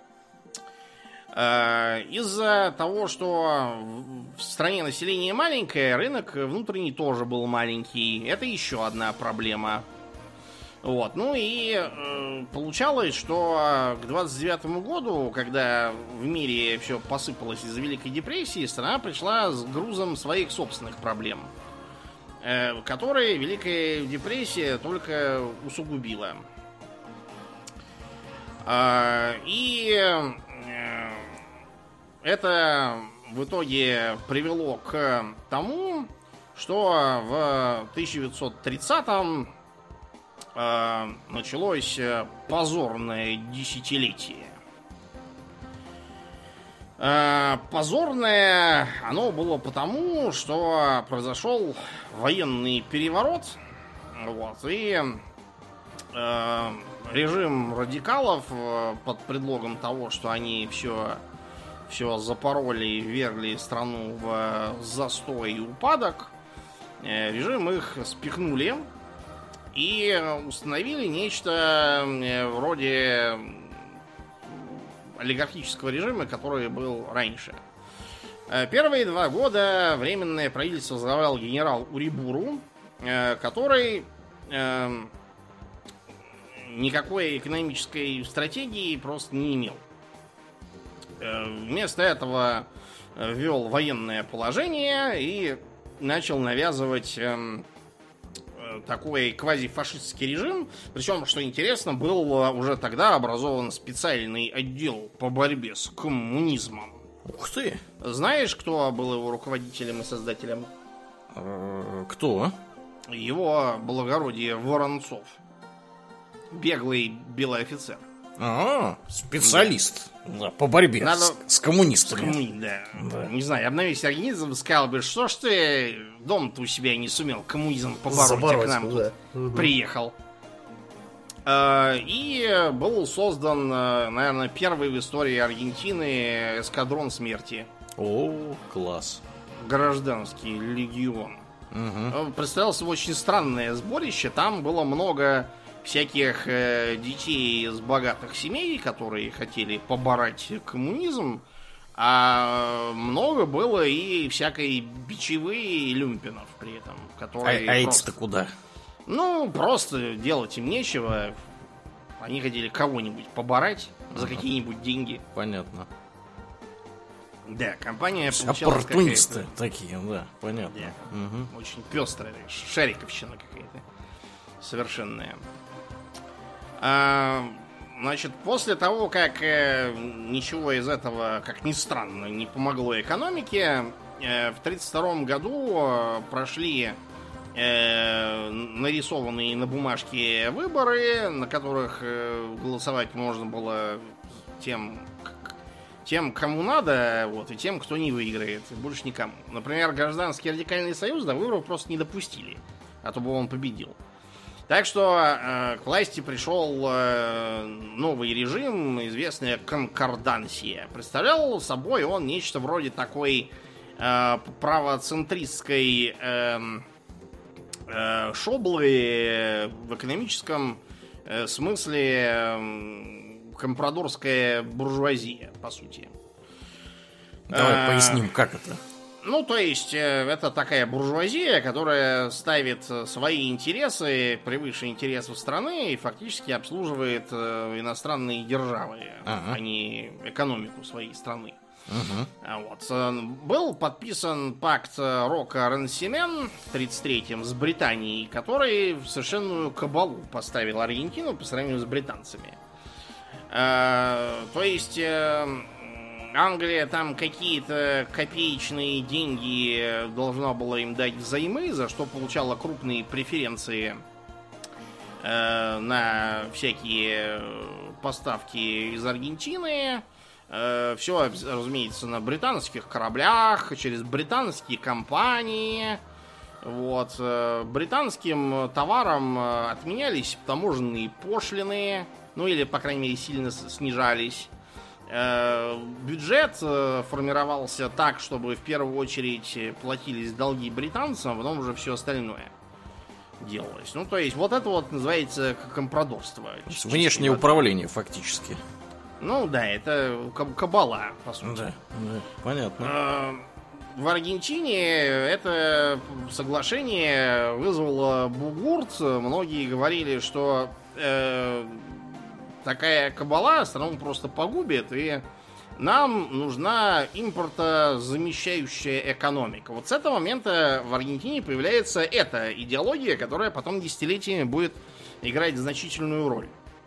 Из-за того, что в стране население маленькое, рынок внутренний тоже был маленький. Это еще одна проблема. Вот. Ну и э, получалось, что к двадцать девятому году, когда в мире все посыпалось из-за Великой депрессии, страна пришла с грузом своих собственных проблем, э, которые Великая депрессия только усугубила. Э, и... Э, Это в итоге привело к тому, что в тысяча девятьсот тридцатом э, началось позорное десятилетие. Э, позорное оно было потому, что произошел военный переворот, вот, и э, режим радикалов под предлогом того, что они все все запороли и ввергли страну в застой и упадок, режим их спихнули и установили нечто вроде олигархического режима, который был раньше. Первые два года временное правительство возглавлял генерал Урибуру, который никакой экономической стратегии просто не имел. Вместо этого ввел военное положение и начал навязывать э, такой квазифашистский режим. Причем, что интересно, был уже тогда образован специальный отдел по борьбе с коммунизмом. Ух ты! Знаешь, кто был его руководителем и создателем? Кто? Его благородие Воронцов. Беглый белый офицер. А, специалист. Да, по борьбе Надо... с, с коммунистами. С коммуни... да. Да. Не знаю, обновись организм, сказал бы, что ж ты дом-то у себя не сумел коммунизм побороть, Забороть, а к нам да. тут Угу. приехал. И был создан, наверное, первый в истории Аргентины эскадрон смерти. О, класс. Гражданский легион. Угу. Представлял собой очень странное сборище. Там было много всяких э, детей из богатых семей, которые хотели побороть коммунизм. А много было и всякой бичевы и люмпинов при этом. Которые А, а просто... эти-то куда? Ну, просто делать им нечего. Они хотели кого-нибудь побороть за какие-нибудь деньги. Понятно. Да, компания получалась Оппортунисты какая-то... такие, да, понятно. Да. Угу. Очень пестрая, шариковщина какая-то. Совершенная. А, значит, после того, как э, ничего из этого, как ни странно, не помогло экономике, э, в тридцать втором году э, прошли э, нарисованные на бумажке выборы, на которых э, голосовать можно было тем, тем, кому надо, вот, и тем, кто не выиграет. Больше никому. Например, Гражданский радикальный союз до выборов просто не допустили, а то бы он победил. Так что э, к власти пришел э, новый режим, известная конкордансия. Представлял собой он нечто вроде такой э, правоцентристской э, э, шоблы в экономическом э, смысле э, компрадорская буржуазия, по сути. Давай А, поясним, как это. Ну, то есть, э, это такая буржуазия, которая ставит свои интересы превыше интересов страны и фактически обслуживает э, иностранные державы, Ага. а не экономику своей страны. Угу. А вот. э, Был подписан пакт Рока-Рансемен в тридцать третьем с Британией, который в совершенную кабалу поставил Аргентину по сравнению с британцами. Э, То есть... э, Англия там какие-то копеечные деньги должна была им дать взаймы, за что получала крупные преференции э, на всякие поставки из Аргентины. Э, все, разумеется, на британских кораблях, через британские компании. Вот. Э, британским товарам отменялись таможенные пошлины, ну или, по крайней мере, сильно снижались. Бюджет формировался так, чтобы в первую очередь платились долги британцам, а потом уже все остальное делалось. Ну, то есть, вот это вот называется компрадорство. Внешнее управление, фактически. Ну, да, это кабала, по сути. Да, да, понятно. В Аргентине это соглашение вызвало бугурт. Многие говорили, что... Э, такая кабала страну просто погубит, и нам нужна импортозамещающая экономика. Вот с этого момента в Аргентине появляется эта идеология, которая потом десятилетиями будет играть значительную роль.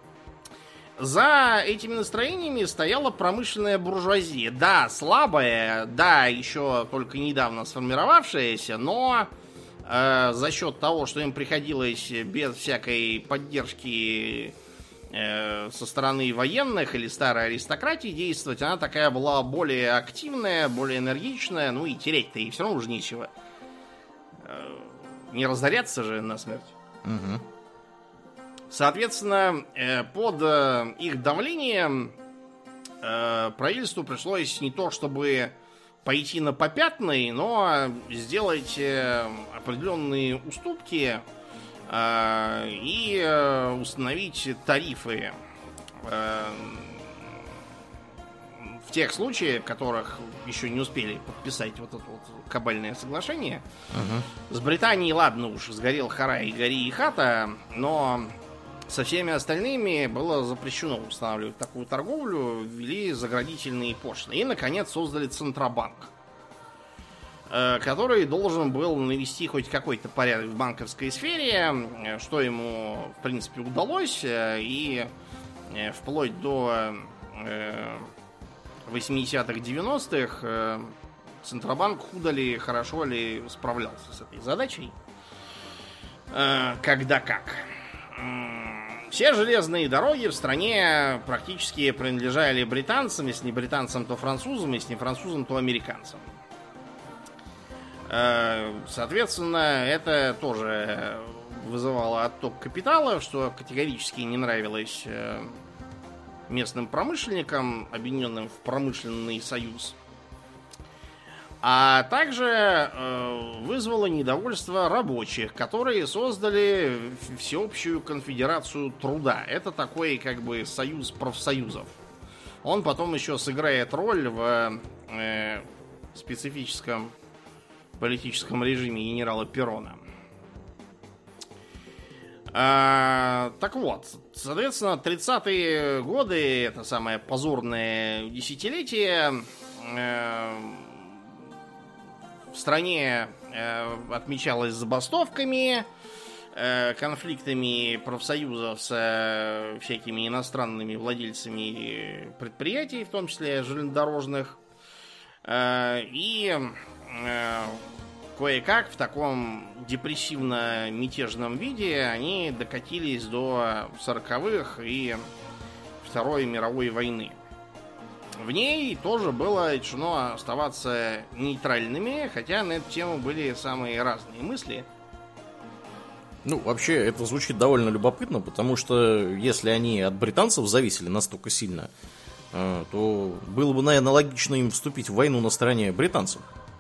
За этими настроениями стояла промышленная буржуазия. Да, слабая, да, еще только недавно сформировавшаяся, но э, за счет того, что им приходилось без всякой поддержки со стороны военных или старой аристократии действовать, она такая была более активная, более энергичная, ну и терять-то ей все равно уже нечего. Не разоряться же насмерть. Угу. Соответственно, под их давлением правительству пришлось не то чтобы пойти на попятный, но сделать определенные уступки и установить тарифы в тех случаях, в которых еще не успели подписать вот это вот кабальное соглашение. Uh-huh. С Британией, ладно уж, сгорел Харай, гори и хата, но со всеми остальными было запрещено устанавливать такую торговлю, ввели заградительные пошлины. И, наконец, создали Центробанк, который должен был навести хоть какой-то порядок в банковской сфере, что ему, в принципе, удалось, и вплоть до восьмидесятых, девяностых Центробанк худо ли, хорошо ли справлялся с этой задачей. Когда как. все железные дороги в стране практически принадлежали британцам, если не британцам, то французам, если не французам, то американцам. Соответственно, это тоже вызывало отток капитала, что категорически не нравилось местным промышленникам, объединенным в промышленный союз. А также э, вызвало недовольство рабочих, которые создали всеобщую конфедерацию труда. Это такой как бы союз профсоюзов. Он потом еще сыграет роль в э, специфическом политическом режиме генерала Перрона. А, так вот, соответственно, тридцатые годы, это самое позорное десятилетие, э, в стране э, отмечалось забастовками, э, конфликтами профсоюзов с э, всякими иностранными владельцами предприятий, в том числе железнодорожных. Э, и э, кое-как в таком депрессивно-мятежном виде они докатились до сороковых и Второй мировой войны. В ней тоже было решено оставаться нейтральными, хотя на эту тему были самые разные мысли. Ну, вообще, это звучит довольно любопытно, потому что если они от британцев зависели настолько сильно, то было бы, наверное, логично им вступить в войну на стороне британцев.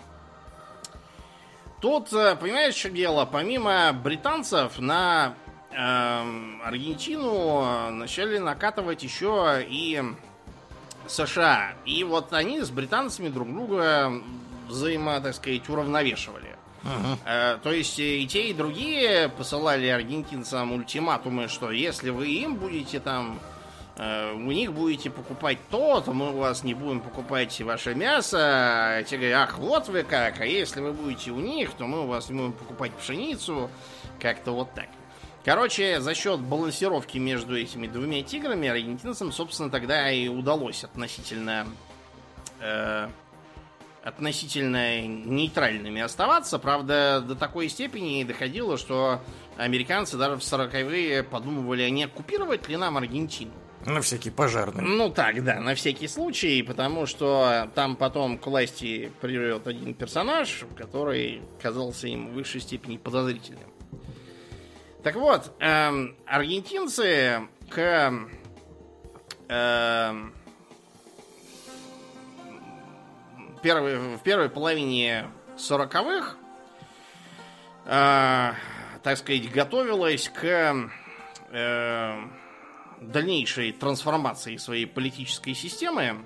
Тут, понимаешь, что дело? Помимо британцев на э, Аргентину начали накатывать еще и США. И вот они с британцами друг друга взаимо, так сказать, уравновешивали. Uh-huh. Э, то есть и те, и другие посылали аргентинцам ультиматумы, что если вы им будете там, э, у них будете покупать то, то мы у вас не будем покупать ваше мясо. А те говорят, ах, вот вы как, а если вы будете у них, то мы у вас не будем покупать пшеницу. Как-то вот так. Короче, за счет балансировки между этими двумя тиграми аргентинцам, собственно, тогда и удалось относительно э, относительно нейтральными оставаться. Правда, до такой степени доходило, что американцы даже в сороковые подумывали, а не оккупировать ли нам Аргентину. На всякий пожарный. Ну так, да, на всякий случай, потому что там потом к власти придет один персонаж, который казался им в высшей степени подозрительным. Так вот, эм, аргентинцы к эм, первой, в первой половине сороковых, э, так сказать, готовилась к э, дальнейшей трансформации своей политической системы.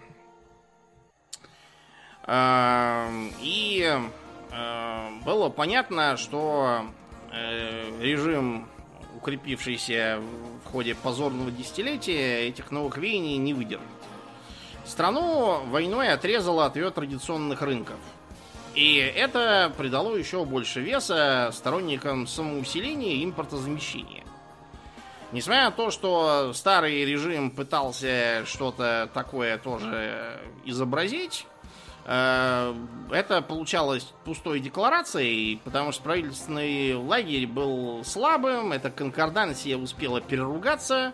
Э, и э, было понятно, что режим, укрепившийся в ходе позорного десятилетия, этих новых веяний не выдержит. Страну войной отрезало от ее традиционных рынков. И это придало еще больше веса сторонникам самоусиления и импортозамещения. Несмотря на то, что старый режим пытался что-то такое тоже изобразить, это получалось пустой декларацией, потому что правительственный лагерь был слабым, эта конкордансия успела переругаться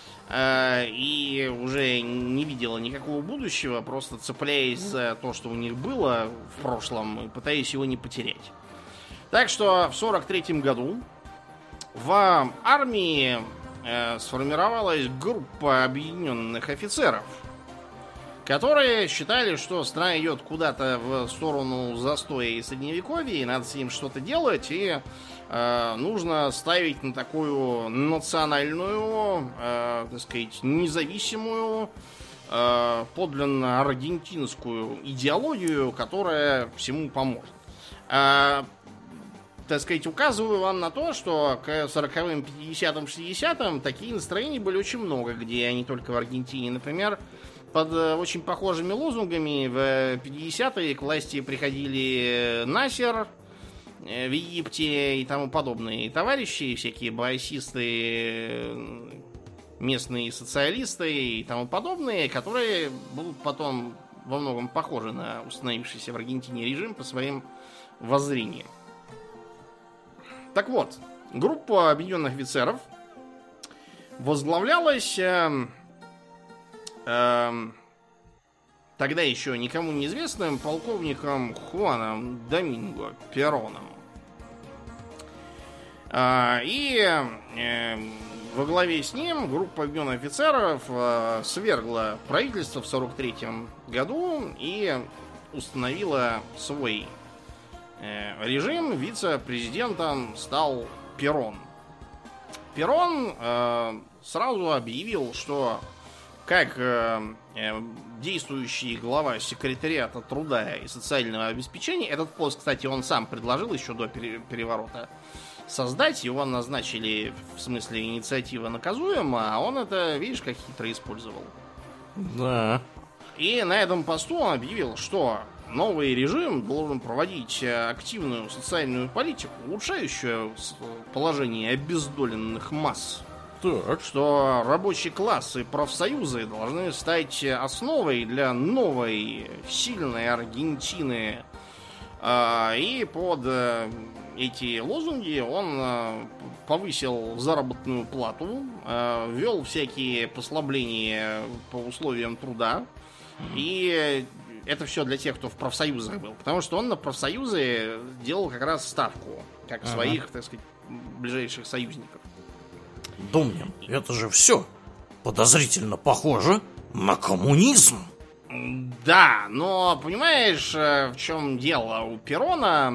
и уже не видела никакого будущего, просто цепляясь за то, что у них было в прошлом, и пытаясь его не потерять. Так что в сорок третьем году в армии сформировалась группа объединенных офицеров, которые считали, что страна идет куда-то в сторону застоя и средневековья, и надо с ним что-то делать, и э, нужно ставить на такую национальную, э, так сказать, независимую, э, подлинно аргентинскую идеологию, которая всему поможет. Э, так сказать, указываю вам на то, что к сороковым, пятидесятым, шестидесятым такие настроения были очень много, где, а не только в Аргентине. Например, под очень похожими лозунгами в пятидесятые к власти приходили Насер в Египте и тому подобные товарищи, всякие баасисты, местные социалисты и тому подобные, которые будут потом во многом похожи на установившийся в Аргентине режим по своим воззрениям. Так вот, группа объединенных офицеров возглавлялась э, э, тогда еще никому неизвестным полковником Хуаном Доминго Пероном. Э, и э, во главе с ним группа объединенных офицеров э, свергла правительство в сорок третьем году и установила свой э, режим. Вице-президентом стал Перон. Перон э, сразу объявил, что как э, э, действующий глава секретариата труда и социального обеспечения, этот пост, кстати, он сам предложил еще до пере- переворота создать, его назначили в смысле инициатива наказуема, а он это, видишь, как хитро использовал. Да. И на этом посту он объявил, что новый режим должен проводить активную социальную политику, улучшающую положение обездоленных масс. Так. Что рабочий класс и профсоюзы должны стать основой для новой сильной Аргентины. И под эти лозунги он повысил заработную плату, ввел всякие послабления по условиям труда. И это все для тех, кто в профсоюзах был. Потому что он на профсоюзы делал как раз ставку, как ага. своих, так сказать, ближайших союзников. Домнин, это же все подозрительно похоже на коммунизм. Да, но понимаешь, в чем дело? У Перона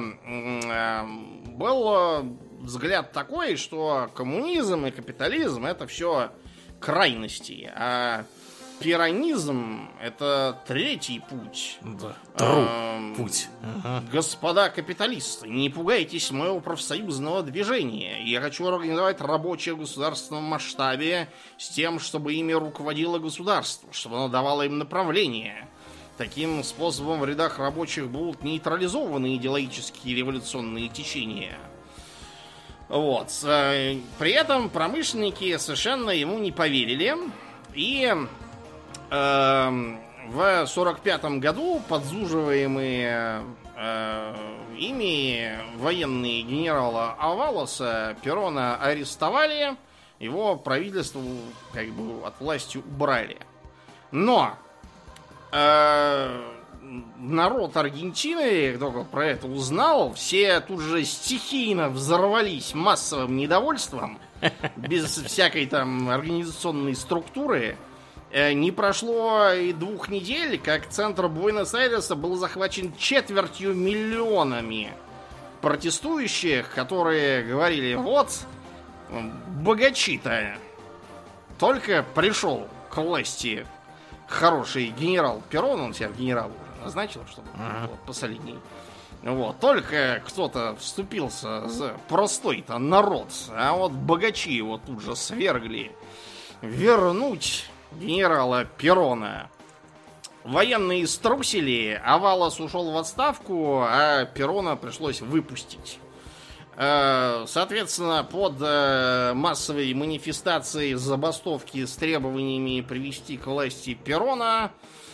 был взгляд такой, что коммунизм и капитализм это все крайности, а пиранизм это третий путь. Да, тру путь. Ага. Господа капиталисты, не пугайтесь моего профсоюзного движения. Я хочу организовать рабочее в государственном масштабе с тем, чтобы ими руководило государство, чтобы оно давало им направление. Таким способом в рядах рабочих будут нейтрализованы идеологические революционные течения. Вот. При этом промышленники совершенно ему не поверили. И э, в сорок пятом году подзуживаемые э, ими военные генерала Авалоса Перона арестовали, его правительству как бы от власти убрали. Но э, народ Аргентины, только про это узнал, все тут же стихийно взорвались массовым недовольством, без всякой там организационной структуры. Не прошло и двух недель, как центр Буэнос-Айреса был захвачен четвертью миллионами протестующих, которые говорили: вот, богачи-то только пришел к власти хороший генерал Перон, он себя в генерал уже назначил, чтобы uh-huh. было посолидней. Вот, только кто-то вступился за простой-то народ, а вот богачи его тут же свергли. Вернуть генерала Перона. Военные струсили, Авалос ушел в отставку, а Перона пришлось выпустить. Соответственно, под массовой манифестацией забастовки с требованиями привести к власти Перона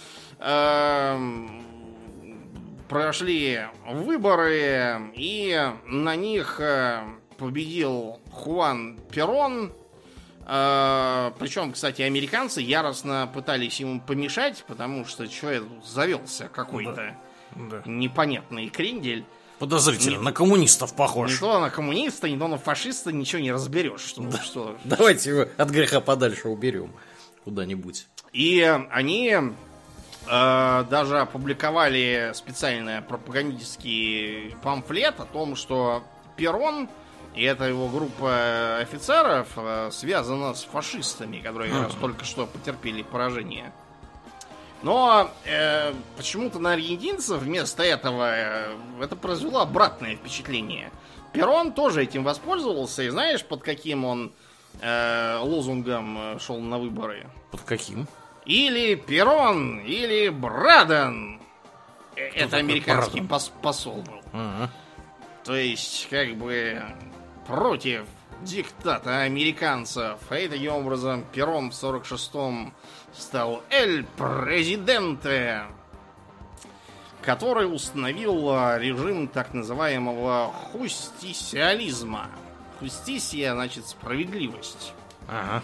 прошли выборы, и на них победил Хуан Перон. Причем, кстати, американцы яростно пытались ему помешать, потому что человек завелся какой-то да. Да. непонятный крендель. Подозрительно, не, на коммунистов похож. Не то на коммуниста, не то на фашиста, ничего не разберешь. Что, да. что... Давайте его от греха подальше уберем куда-нибудь. И они э, даже опубликовали специальный пропагандистский памфлет о том, что Перон и эта его группа офицеров э, связана с фашистами, которые как раз только что потерпели поражение. Но э, почему-то на аргентинцев вместо этого э, это произвело обратное впечатление. Перон тоже этим воспользовался, и знаешь, под каким он э, лозунгом шел на выборы? Под каким? Или Перон, или Браден. Это американский пос- посол был. Uh-huh. То есть, как бы против диктата американцев. И таким образом Перон в сорок шестом стал Эль Президенте, который установил режим так называемого хустисиализма. Хустисия значит справедливость. Ага.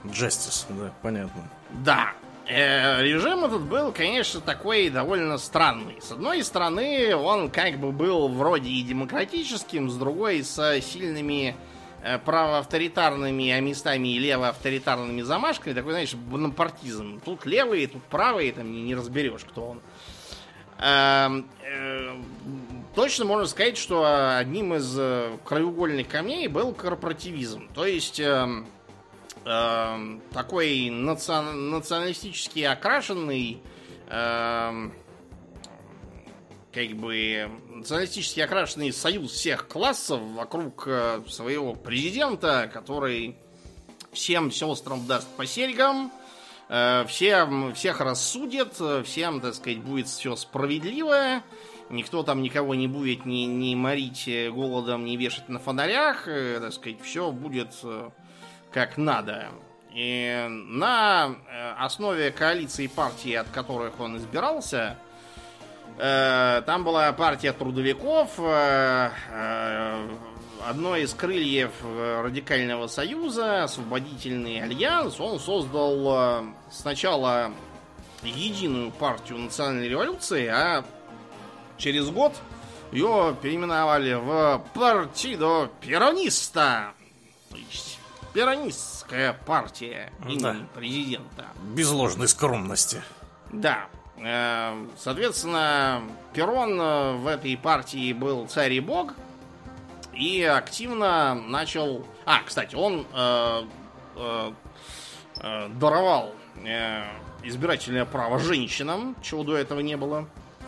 Justice, да, понятно. Да. Э, режим этот был, конечно, такой довольно странный. С одной стороны, он как бы был вроде и демократическим, с другой, с сильными э, правоавторитарными, а местами и левоавторитарными замашками. Такой, знаешь, бонапартизм. Тут левые, тут правые, там не, не разберешь, кто он. Э, э, точно можно сказать, что одним из э, краеугольных камней был корпоративизм. То есть... Э, Э, такой наци... националистически окрашенный, э, как бы националистически окрашенный союз всех классов вокруг э, своего президента, который всем сестрам даст по серьгам, э, всем, всех рассудит, всем, так сказать, будет все справедливо. Никто там никого не будет ни, ни морить голодом, ни вешать на фонарях. Э, так сказать, все будет... Э, как надо. И на основе коалиции партий, от которых он избирался, э, там была партия трудовиков, э, э, одно из крыльев Радикального Союза, Освободительный Альянс. Он создал э, сначала единую партию национальной революции, а через год ее переименовали в Партидо Перониста. То есть Перонистская партия имени да. президента. Без ложной скромности. Да. Соответственно, Перон в этой партии был царь и бог. И активно начал... А, кстати, он э, э, э, даровал э, избирательное право женщинам, чего до этого не было.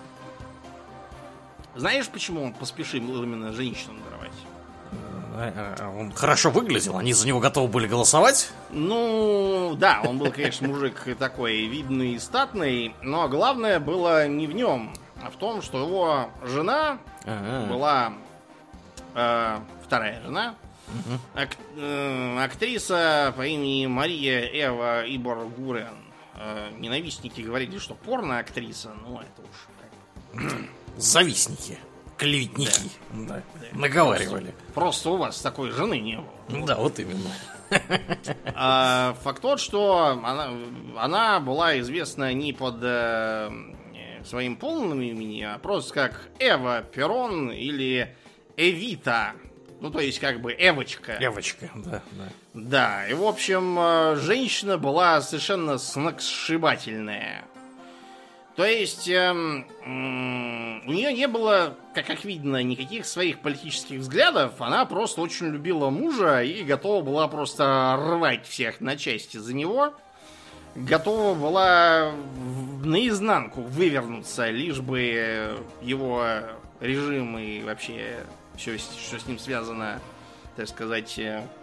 Знаешь, почему он поспешил именно женщинам даровать? Он хорошо выглядел, они за него готовы были голосовать? Ну, да, он был, конечно, мужик такой видный и статный, но главное было не в нем, а в том, что его жена А-а-а. была э, вторая жена, угу. ак, э, актриса по имени Мария Эва Иборгурен. Э, ненавистники говорили, что порно-актриса, ну это уж как... Завистники. Клеветники. Да. Да. Да. Наговаривали. Просто, просто у вас такой жены не было. Да, вот именно. А, факт тот, что она, она была известна не под э, своим полным именем, а просто как Эва Перон или Эвита. Ну, то есть, как бы Эвочка. Эвочка, да, да. Да, и, в общем, женщина была совершенно сногсшибательная. То есть, э, э, у нее не было, как, как видно, никаких своих политических взглядов. Она просто очень любила мужа и готова была просто рвать всех на части за него. Готова была наизнанку вывернуться, лишь бы его режим и вообще все, что с ним связано, так сказать,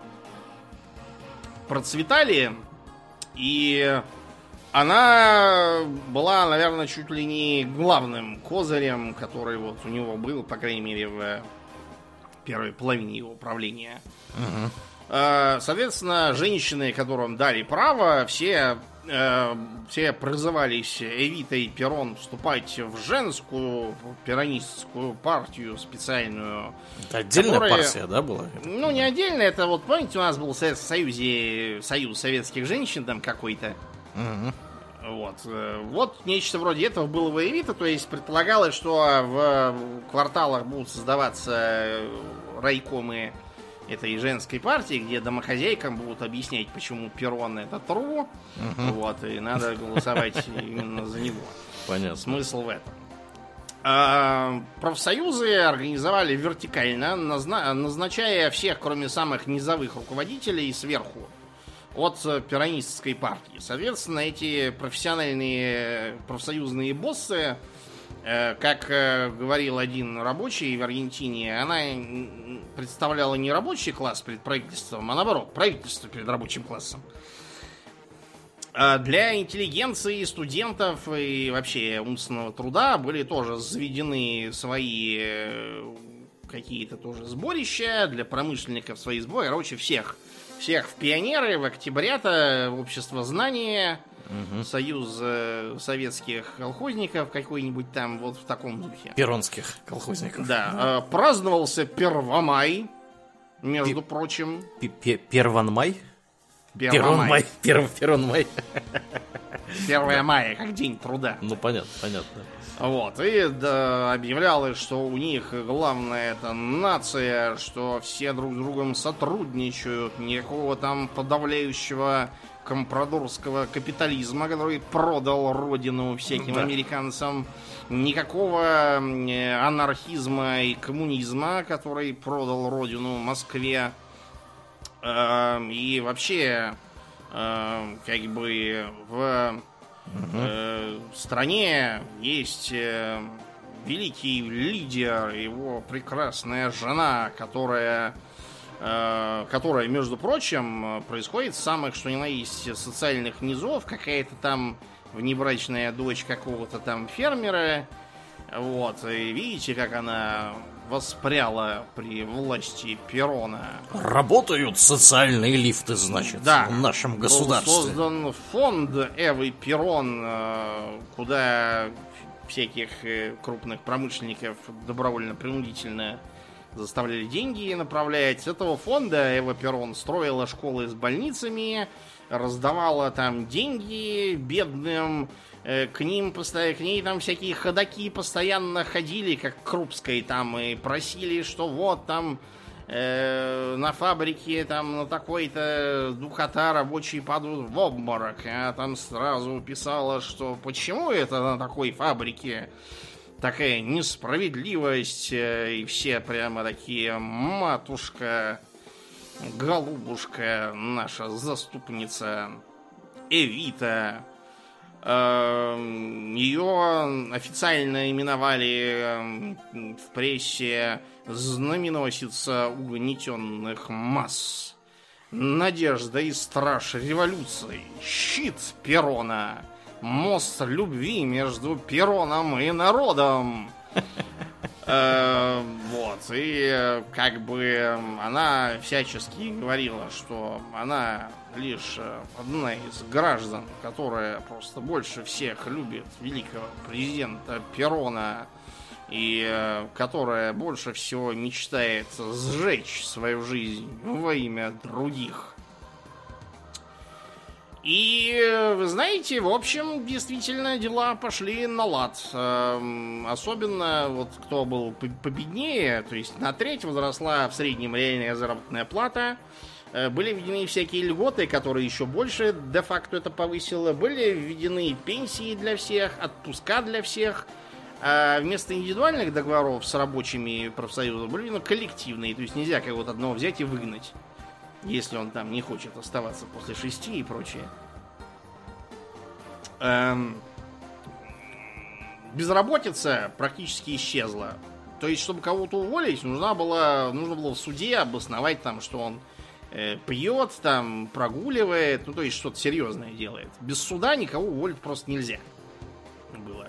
процветали. И... она была, наверное, чуть ли не главным козырем, который вот у него был, по крайней мере, в первой половине его правления. Uh-huh. Соответственно, женщины, которым дали право, все, все призывались Эвитой Перон вступать в женскую перонистскую партию специальную. Это отдельная которая, партия, да, была? Ну, не отдельная, это вот, помните, у нас был в Советском Союзе Союз советских женщин там какой-то. Угу. Вот. Вот нечто вроде этого было в Эвита, то есть предполагалось, что в кварталах будут создаваться райкомы этой женской партии, где домохозяйкам будут объяснять, почему Перон это тру, угу. Вот, и надо голосовать именно за него. Понятно. Смысл в этом. А, профсоюзы организовали вертикально, назна- назначая всех, кроме самых низовых руководителей, сверху. От перонистской партии. Соответственно, эти профессиональные профсоюзные боссы, э, как э, говорил один рабочий в Аргентине, она представляла не рабочий класс перед правительством, а наоборот, правительство перед рабочим классом. А для интеллигенции, студентов и вообще умственного труда были тоже заведены свои э, какие-то тоже сборища, для промышленников свои сборы, короче, всех Всех в пионеры, в октябрята, в общество знания, угу. Союз э, советских колхозников, какой-нибудь там, вот в таком духе. Перонских колхозников. Да. Э, праздновался Первомай, между Пи- прочим. Пи- Первомай? Первое мая. Первое мая. первое мая, как день труда. Ну, понятно, понятно. Вот, и да, объявлялось, что у них главное это нация, что все друг с другом сотрудничают, никакого там подавляющего компрадорского капитализма, который продал родину всяким да. американцам, никакого анархизма и коммунизма, который продал родину Москве, и вообще как бы в Uh-huh. В стране есть великий лидер, его прекрасная жена, которая, которая, между прочим, происходит с самых, что ни на есть, социальных низов, какая-то там внебрачная дочь какого-то там фермера. Вот, и видите, как она воспряла при власти Перона. Работают социальные лифты, значит, да. в нашем государстве. Был создан фонд Эвы Перон, куда всяких крупных промышленников добровольно-принудительно заставляли деньги направлять. С этого фонда Эва Перон строила школы с больницами, раздавала там деньги бедным. К ним, к ней там всякие ходаки постоянно ходили, как Крупской там, и просили, что вот там э, на фабрике там на такой-то духота рабочие падают в обморок. А там сразу писала, что почему это на такой фабрике такая несправедливость, и все прямо такие: матушка, голубушка, наша заступница Эвита. Ее официально именовали в прессе знаменосица угнетенных масс, надежда и страж революции, щит Перона, мост любви между Пероном и народом. Вот, и как бы она всячески говорила, что она лишь одна из граждан, которая просто больше всех любит великого президента Перона и которая больше всего мечтает сжечь свою жизнь во имя других. И, вы знаете, в общем, действительно дела пошли на лад. Особенно, вот кто был победнее, то есть на треть возросла в среднем реальная заработная плата. Были введены всякие льготы, которые еще больше де-факто это повысило. Были введены пенсии для всех, отпуска для всех. А вместо индивидуальных договоров с рабочими профсоюзов были введены коллективные. То есть нельзя кого-то одного взять и выгнать, если он там не хочет оставаться после шести и прочее. Эм, безработица практически исчезла. То есть, чтобы кого-то уволить, нужно было, нужно было в суде обосновать там, что он э, пьет, там, прогуливает, ну, то есть, что-то серьезное делает. Без суда никого уволить просто нельзя было.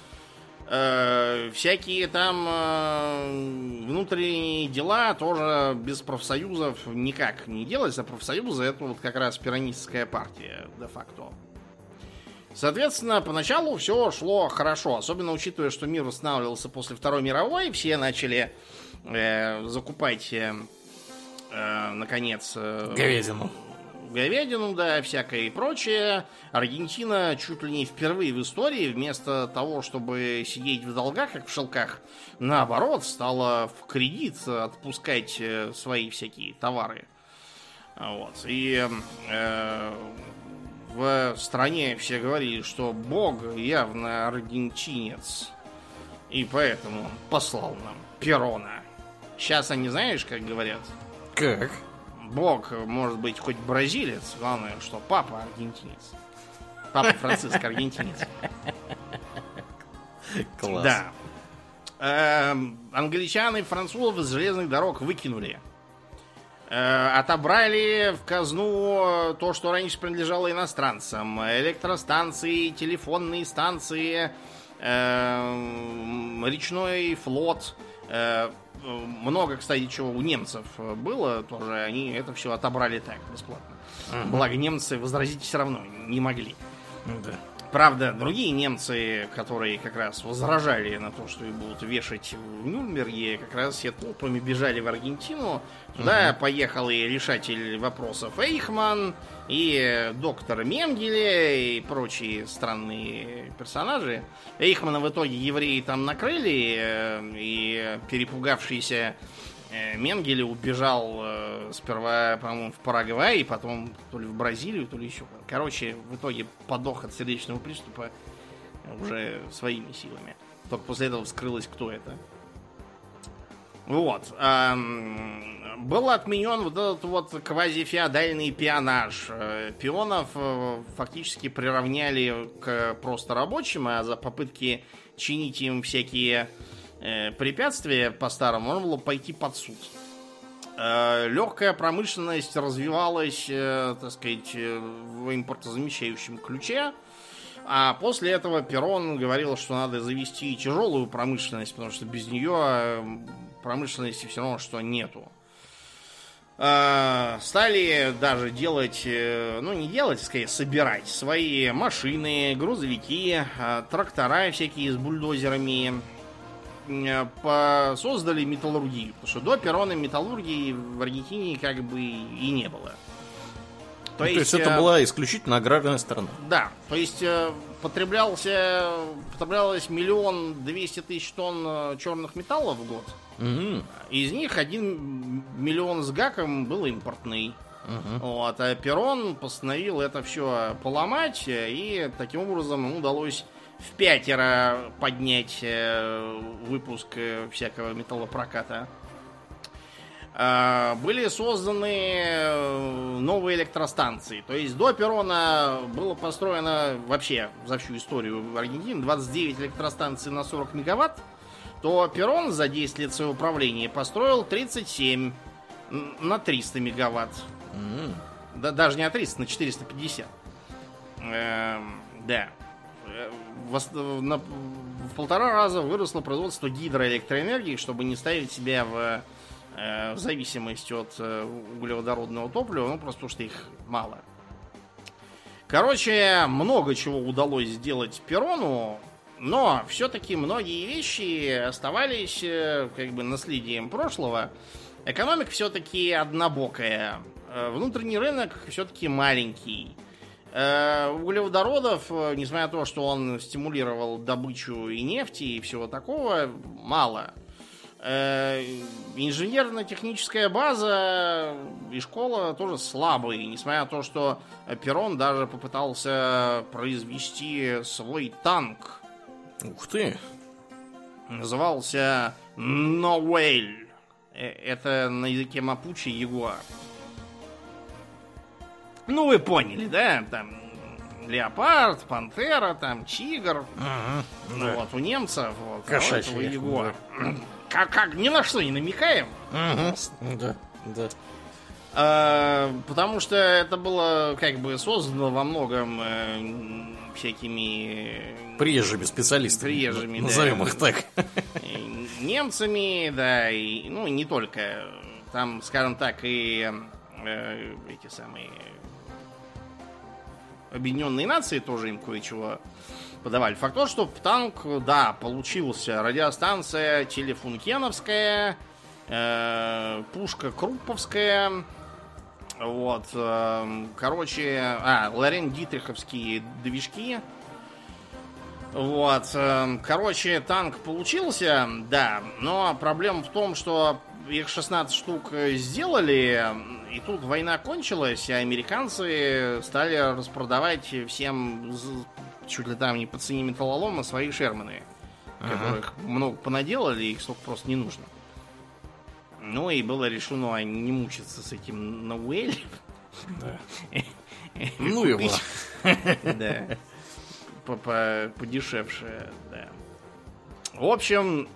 Э, всякие там э, внутренние дела тоже без профсоюзов никак не делать, а профсоюзы это вот как раз пиранистская партия де-факто. Соответственно, поначалу все шло хорошо, особенно учитывая, что мир восстанавливался после Второй мировой, все начали э, закупать, э, э, наконец, э, говядину. Говядину, да, всякое и прочее. Аргентина чуть ли не впервые в истории, вместо того, чтобы сидеть в долгах, как в шелках, наоборот, стала в кредит отпускать свои всякие товары. Вот. И э, в стране все говорили, что Бог явно аргентинец, и поэтому он послал нам Перона. Сейчас они, знаешь, как говорят? Как? Бог может быть хоть бразилец, главное, что папа аргентинец. Папа Франциск аргентинец. Класс. Да. Эм, англичан и французов из железных дорог выкинули. Э, отобрали в казну то, что раньше принадлежало иностранцам. Электростанции, телефонные станции, э, речной флот. Э, Много, кстати, чего у немцев было тоже. Они это все отобрали так, бесплатно. Uh-huh. Благо, немцы возразить все равно не могли. Uh-huh. Правда, другие немцы, которые как раз возражали на то, что их будут вешать в Нюрнберге, как раз все толпами бежали в Аргентину. Туда угу. поехал и решатель вопросов Эйхман, и доктор Менгеле, и прочие странные персонажи. Эйхмана в итоге евреи там накрыли, и перепугавшийся Менгеле убежал э, сперва, по-моему, в Парагвай, потом то ли в Бразилию, то ли еще. Короче, в итоге подох от сердечного приступа уже своими силами. Только после этого вскрылось, кто это. Вот. Эм, был отменен вот этот вот квазифеодальный пионаж. Пионов э, фактически приравняли к просто рабочим, а за попытки чинить им всякие препятствия по-старому можно было пойти под суд. Легкая промышленность развивалась, так сказать, в импортозамещающем ключе. А после этого Перрон говорил, что надо завести тяжелую промышленность, потому что без нее промышленности все равно что нету. Стали даже делать, ну не делать, скорее собирать свои машины, грузовики, трактора всякие с бульдозерами. Создали металлургию. Потому что до Перрона металлургии в Аргентине как бы и не было. То, ну, есть, то есть это была исключительно аграрная страна. Да, то есть потреблялся, потреблялось миллион двести тысяч тонн черных металлов в год. Угу. Из них один миллион с гаком был импортный. Угу. Вот, а Перрон постановил это все поломать, и таким образом ему удалось в пятеро поднять э, выпуск э, всякого металлопроката. Э, были созданы э, новые электростанции. То есть до Перрона было построено вообще за всю историю в Аргентине двадцать девять электростанций на сорок мегаватт. То Перрон за десять лет своего правления построил тридцать семь на триста мегаватт. Mm-hmm. Да, даже не на триста, на четыреста пятьдесят. Э, да. В, на, в полтора раза выросло производство гидроэлектроэнергии, чтобы не ставить себя в, э, в зависимость от э, углеводородного топлива, ну просто потому что их мало. Короче, много чего удалось сделать Перрону, но все-таки многие вещи оставались э, как бы наследием прошлого. Экономика все-таки однобокая, э, внутренний рынок все-таки маленький. Углеводородов, несмотря на то, что он стимулировал добычу и нефти, и всего такого, мало. Инженерно-техническая база и школа тоже слабые, несмотря на то, что Перрон даже попытался произвести свой танк. Ух ты! Назывался Ноуэль. Это на языке мапучи ягуар. Ну, вы поняли, да? Там леопард, пантера, там тигр. Ага, ну, да. Вот, у немцев вот, кошачий ягуар. Да. Как, как, ни на что не намекаем. Ага, да, да. А, потому что это было как бы создано во многом э, всякими... Приезжими специалистами. Приезжими, назовем да. их так. Немцами, да, и, ну, не только. Там, скажем так, и э, эти самые... Объединенные Нации тоже им кое-чего подавали. Факт то, что танк, да, получился. Радиостанция телефункеновская, э, пушка крупповская, вот, э, короче, а, Лорен Дитриховские движки. Вот, э, короче, танк получился, да, но проблема в том, что их шестнадцать штук сделали, и тут война кончилась, а американцы стали распродавать всем чуть ли там не по цене металлолома свои Шерманы, ага. которых много понаделали, их столько просто не нужно. Ну и было решено не мучиться с этим Ноуэлем. Ну его. Да. Подешевше, да. В общем,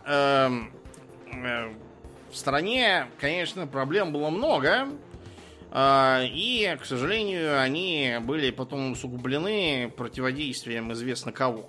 в стране, конечно, проблем было много, и, к сожалению, они были потом усугублены противодействием известно кого.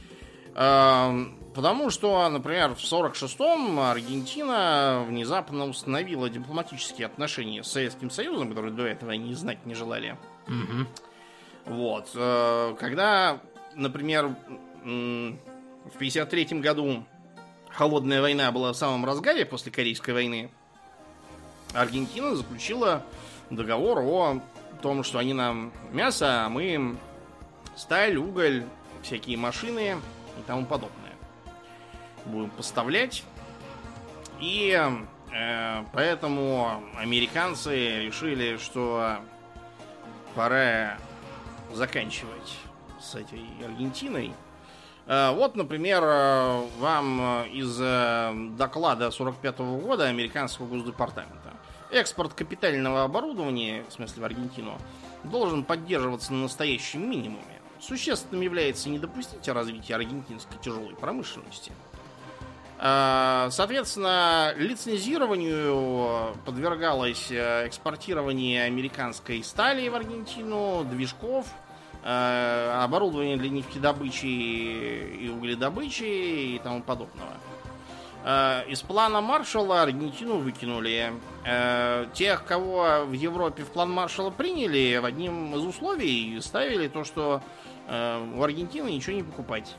Потому что, например, в сорок шестом Аргентина внезапно установила дипломатические отношения с Советским Союзом, которые до этого не знать не желали. Угу. Вот. Когда например, в пятьдесят третьем году холодная война была в самом разгаре после Корейской войны, Аргентина заключила договор о том, что они нам мясо, а мы им сталь, уголь, всякие машины и тому подобное будем поставлять. И э, поэтому американцы решили, что пора заканчивать с этой Аргентиной. Э, вот, например, вам из доклада сорок пятого года американского госдепартамента. Экспорт капитального оборудования, в смысле в Аргентину, должен поддерживаться на настоящем минимуме. Существенным является не допустить развития аргентинской тяжелой промышленности. Соответственно, лицензированию подвергалось экспортирование американской стали в Аргентину, движков, оборудование для нефтедобычи и угледобычи и тому подобного. Из плана Маршалла Аргентину выкинули. Тех, кого в Европе в план Маршалла приняли, в одним из условий ставили то, что у Аргентины ничего не покупать.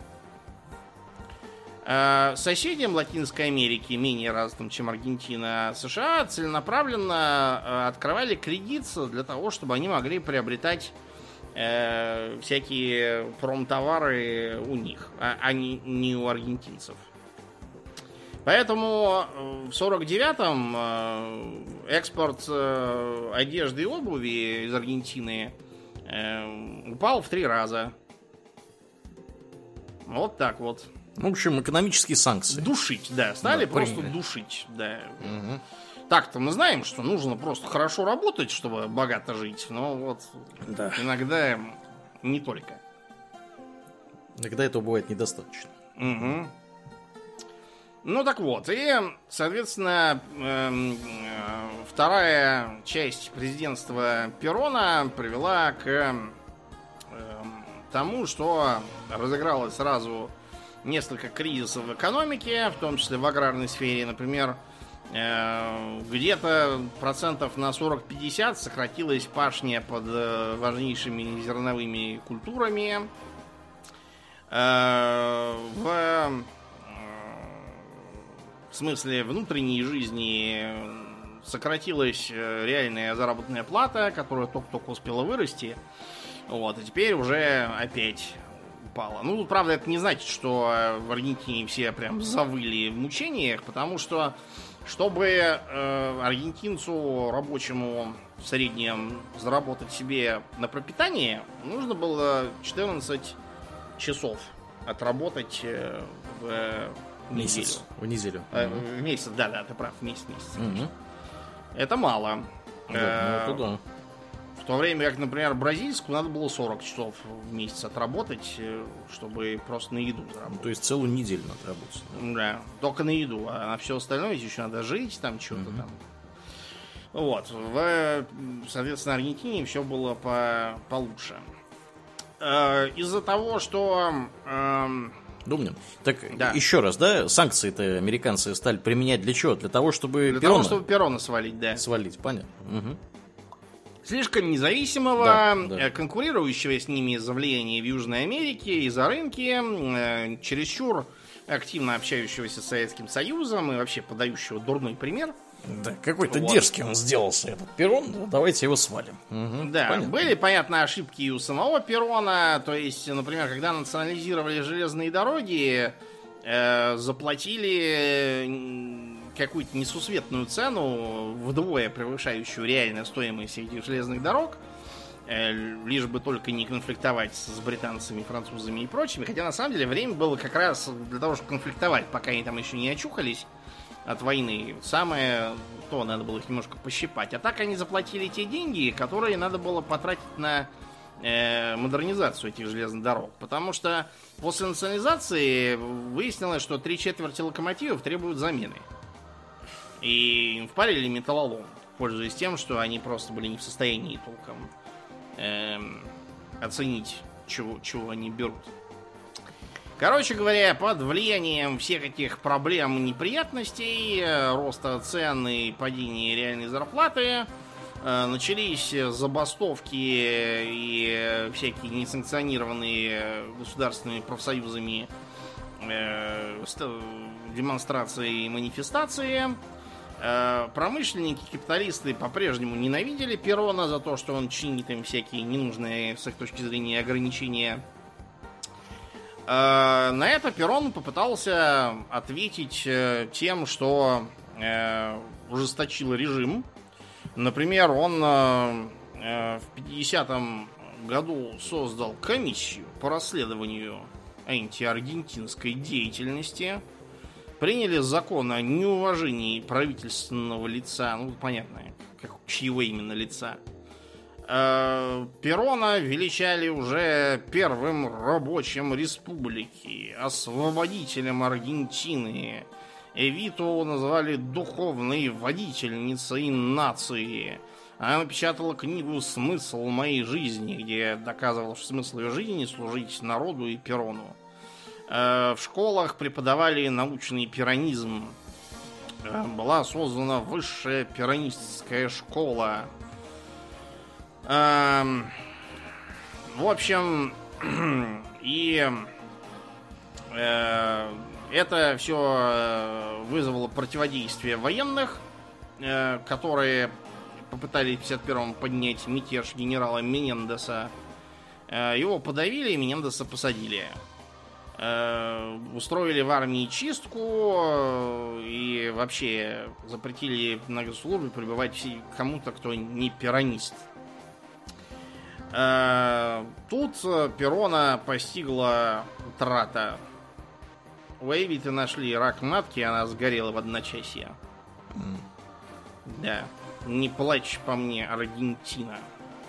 Соседям Латинской Америки, менее развитым, чем Аргентина, США целенаправленно открывали кредит для того, чтобы они могли приобретать э, всякие промтовары у них, а не, не у аргентинцев. Поэтому в сорок девятом экспорт одежды и обуви из Аргентины упал в три раза. Вот так вот. В общем, экономические санкции. Душить, да. Стали да, просто приняли. Душить, да. Угу. Так-то мы знаем, что нужно просто хорошо работать, чтобы богато жить. Но вот да. Иногда не только. Иногда этого бывает недостаточно. Угу. Ну так вот, и, соответственно, вторая часть президентства Перона привела к тому, что разыгралось сразу несколько кризисов в экономике, в том числе в аграрной сфере. Например, где-то процентов на сорок-пятьдесят сократилась пашня под важнейшими зерновыми культурами. В В смысле внутренней жизни сократилась реальная заработная плата, которая только-только успела вырасти. Вот, и теперь уже опять упала. Ну, правда, это не значит, что в Аргентине все прям завыли в мучениях, потому что, чтобы э, аргентинцу рабочему в среднем заработать себе на пропитание, нужно было четырнадцать часов отработать э, в месяц. В неделю. Э, угу. В месяц, да, да, ты прав, в месяц, месяц. Угу. Это мало. Да, э, ну, это да. В то время как, например, бразильскую надо было сорок часов в месяц отработать, чтобы просто на еду заработать. Ну, то есть целую неделю надо работать. Да, только на еду, а на все остальное еще надо жить, там что-то угу. там. Вот. В, соответственно, Аргентине все было по, получше. Э, из-за того, что... Э, Думнин. Так да. Еще раз, да, санкции-то американцы стали применять для чего? Для того, чтобы Для Перона... того, чтобы Перона свалить, да. Свалить, понятно. Угу. Слишком независимого, да, да. конкурирующего с ними за влияние в Южной Америке и за рынки, чересчур активно общающегося с Советским Союзом и вообще подающего дурной пример. Да, какой-то вот. Дерзкий он сделался, этот Перон, давайте его свалим. Угу, да, понятно. Были, понятно, ошибки и у самого Перона, то есть, например, когда национализировали железные дороги, э, заплатили какую-то несусветную цену, вдвое превышающую реальную стоимость этих железных дорог, э, лишь бы только не конфликтовать с британцами, французами и прочими, хотя на самом деле время было как раз для того, чтобы конфликтовать, пока они там еще не очухались от войны. Самое то, надо было их немножко пощипать. А так они заплатили те деньги, которые надо было потратить на э, модернизацию этих железных дорог. Потому что после национализации выяснилось, что три четверти локомотивов требуют замены. И им впарили металлолом, пользуясь тем, что они просто были не в состоянии толком э, оценить, чего, чего они берут. Короче говоря, под влиянием всех этих проблем и неприятностей, роста цен и падения реальной зарплаты, начались забастовки и всякие несанкционированные государственными профсоюзами демонстрации и манифестации. Промышленники, капиталисты по-прежнему ненавидели Перрона за то, что он чинит им всякие ненужные с их точки зрения ограничения. На это Перрон попытался ответить тем, что ужесточил режим. Например, он в пятидесятом году создал комиссию по расследованию антиаргентинской деятельности. Приняли закон о неуважении правительственного лица, ну, понятно, как, чьего именно лица. Перрона величали уже первым рабочим республики, освободителем Аргентины. Эвиту назвали духовной водительницей нации. Она напечатала книгу «Смысл моей жизни», где доказывала, что смысл ее жизни — служить народу и Перрону. В школах преподавали научный перронизм. Была создана высшая перронистская школа. В общем, и это все вызвало противодействие военных, которые попытались в пятьдесят первом поднять мятеж генерала Менендеса. Его подавили, и Менендеса посадили. Устроили в армии чистку и вообще запретили на госслужбе пребывать кому-то, кто не перронист. Тут Перрона постигла утрата. У Эвиты нашли рак матки, она сгорела в одночасье. Mm. Да, не плачь по мне, Аргентина.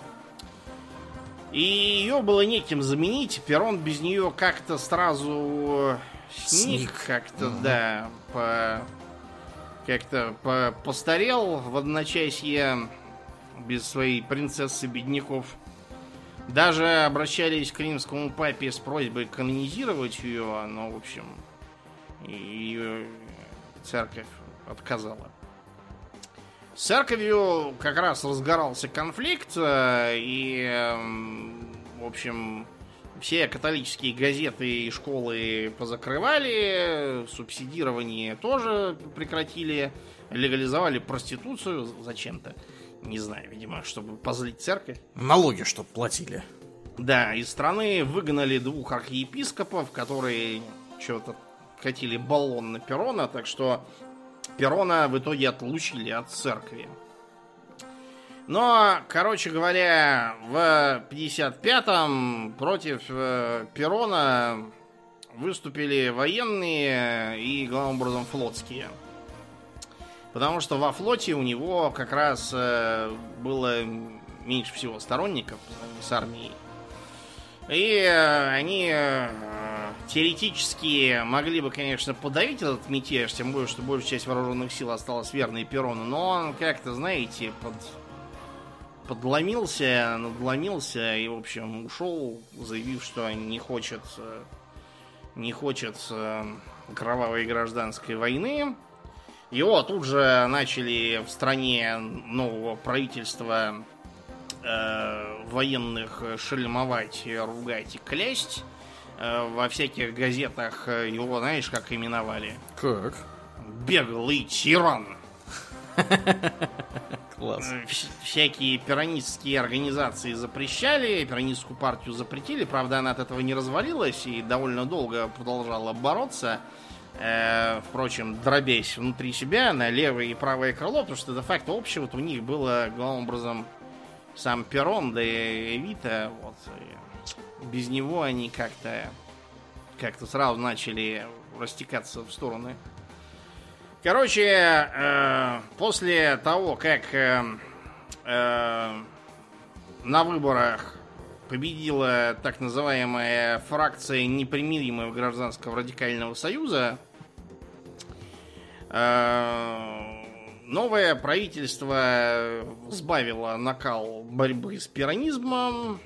И ее было неким заменить. Перрон без нее как-то сразу сник, сник. как-то, mm-hmm. да, по, как-то по, постарел в одночасье без своей принцессы бедняков. Даже обращались к римскому папе с просьбой канонизировать ее, но, в общем, ее церковь отказала. С церковью как раз разгорался конфликт, и, в общем, все католические газеты и школы позакрывали, субсидирование тоже прекратили, легализовали проституцию зачем-то. Не знаю, видимо, чтобы позлить церковь. Налоги, чтоб платили. Да, из страны выгнали двух архиепископов, которые что-то катили баллон на Перрона, так что Перрона в итоге отлучили от церкви. Но, короче говоря, в пятьдесят пятом против Перрона выступили военные и, главным образом, флотские. Потому что во флоте у него как раз было меньше всего сторонников с армией. И они теоретически могли бы, конечно, подавить этот мятеж, тем более, что большая часть вооруженных сил осталась верной Перрону, но он как-то, знаете, под... подломился, надломился и, в общем, ушел, заявив, что не хочет, не хочет кровавой гражданской войны. Его тут же начали в стране нового правительства э, военных шельмовать, ругать и клясть. Э, во всяких газетах его, знаешь, как именовали? Как? Беглый тиран. Класс. Всякие перронистские организации запрещали, перронистскую партию запретили. Правда, она от этого не развалилась и довольно долго продолжала бороться. Э, впрочем, дробясь внутри себя на левое и правое крыло, потому что де-факто общего-то у них было, главным образом, сам Перрон, да и Эвита. Вот. И без него они как-то как-то сразу начали растекаться в стороны. Короче, э, после того, как э, э, на выборах победила так называемая фракция непримиримого гражданского радикального союза, новое правительство сбавило накал борьбы с перронизмом,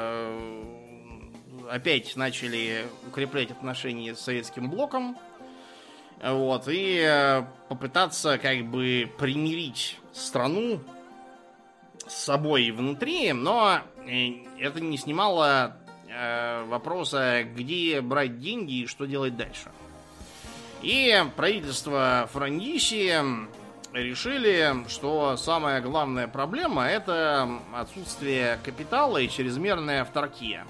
опять начали укреплять отношения с советским блоком, вот, и попытаться как бы примирить страну с собой внутри, но это не снимало э, вопроса, где брать деньги и что делать дальше. И правительство Франдиси решили, что самая главная проблема — это отсутствие капитала и чрезмерная авторкия.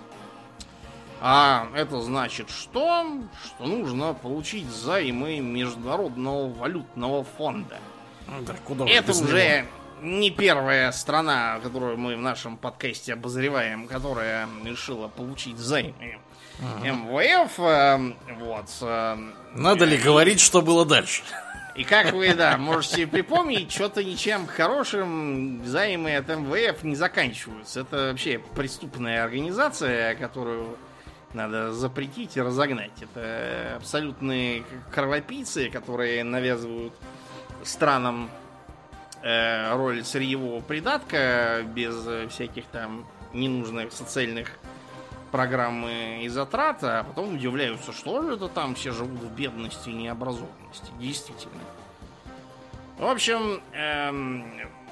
А это значит что? Что нужно получить займы Международного валютного фонда. Да, куда это уже не первая страна, которую мы в нашем подкасте обозреваем, которая решила получить займы ага. эм вэ эф. Вот. Надо ли и... говорить, что было дальше? И как вы, да, можете припомнить, что-то ничем хорошим займы от эм вэ эф не заканчиваются. Это вообще преступная организация, которую надо запретить и разогнать. Это абсолютные кровопийцы, которые навязывают странам э, роль сырьевого придатка без всяких там ненужных социальных программ и затрат, а потом удивляются, что же это там все живут в бедности и необразованности. Действительно. В общем, эм,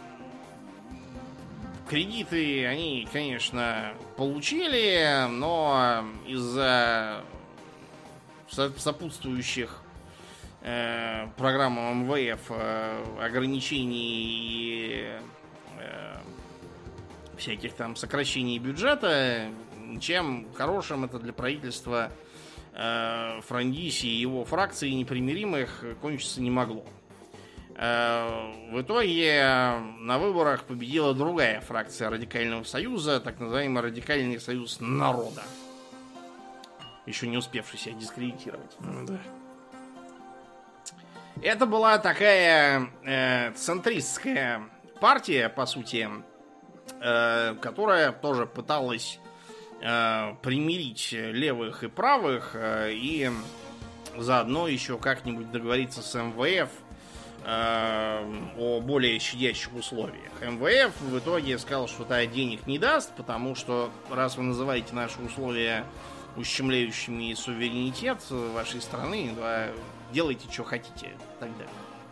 кредиты они, конечно, получили, но из-за сопутствующих э, программам эм вэ эф э, ограничений и э, всяких там сокращений бюджета, ничем хорошим это для правительства э, Франдиси и его фракции непримиримых кончиться не могло. В итоге на выборах победила другая фракция Радикального Союза, так называемый Радикальный Союз Народа, еще не успевший себя дискредитировать. Да. Это была такая э, центристская партия, по сути, э, которая тоже пыталась э, примирить левых и правых э, и заодно еще как-нибудь договориться с эм вэ эф о более щадящих условиях. эм вэ эф в итоге сказал, что та денег не даст, потому что раз вы называете наши условия ущемляющими суверенитет вашей страны, да, делайте, что хотите тогда.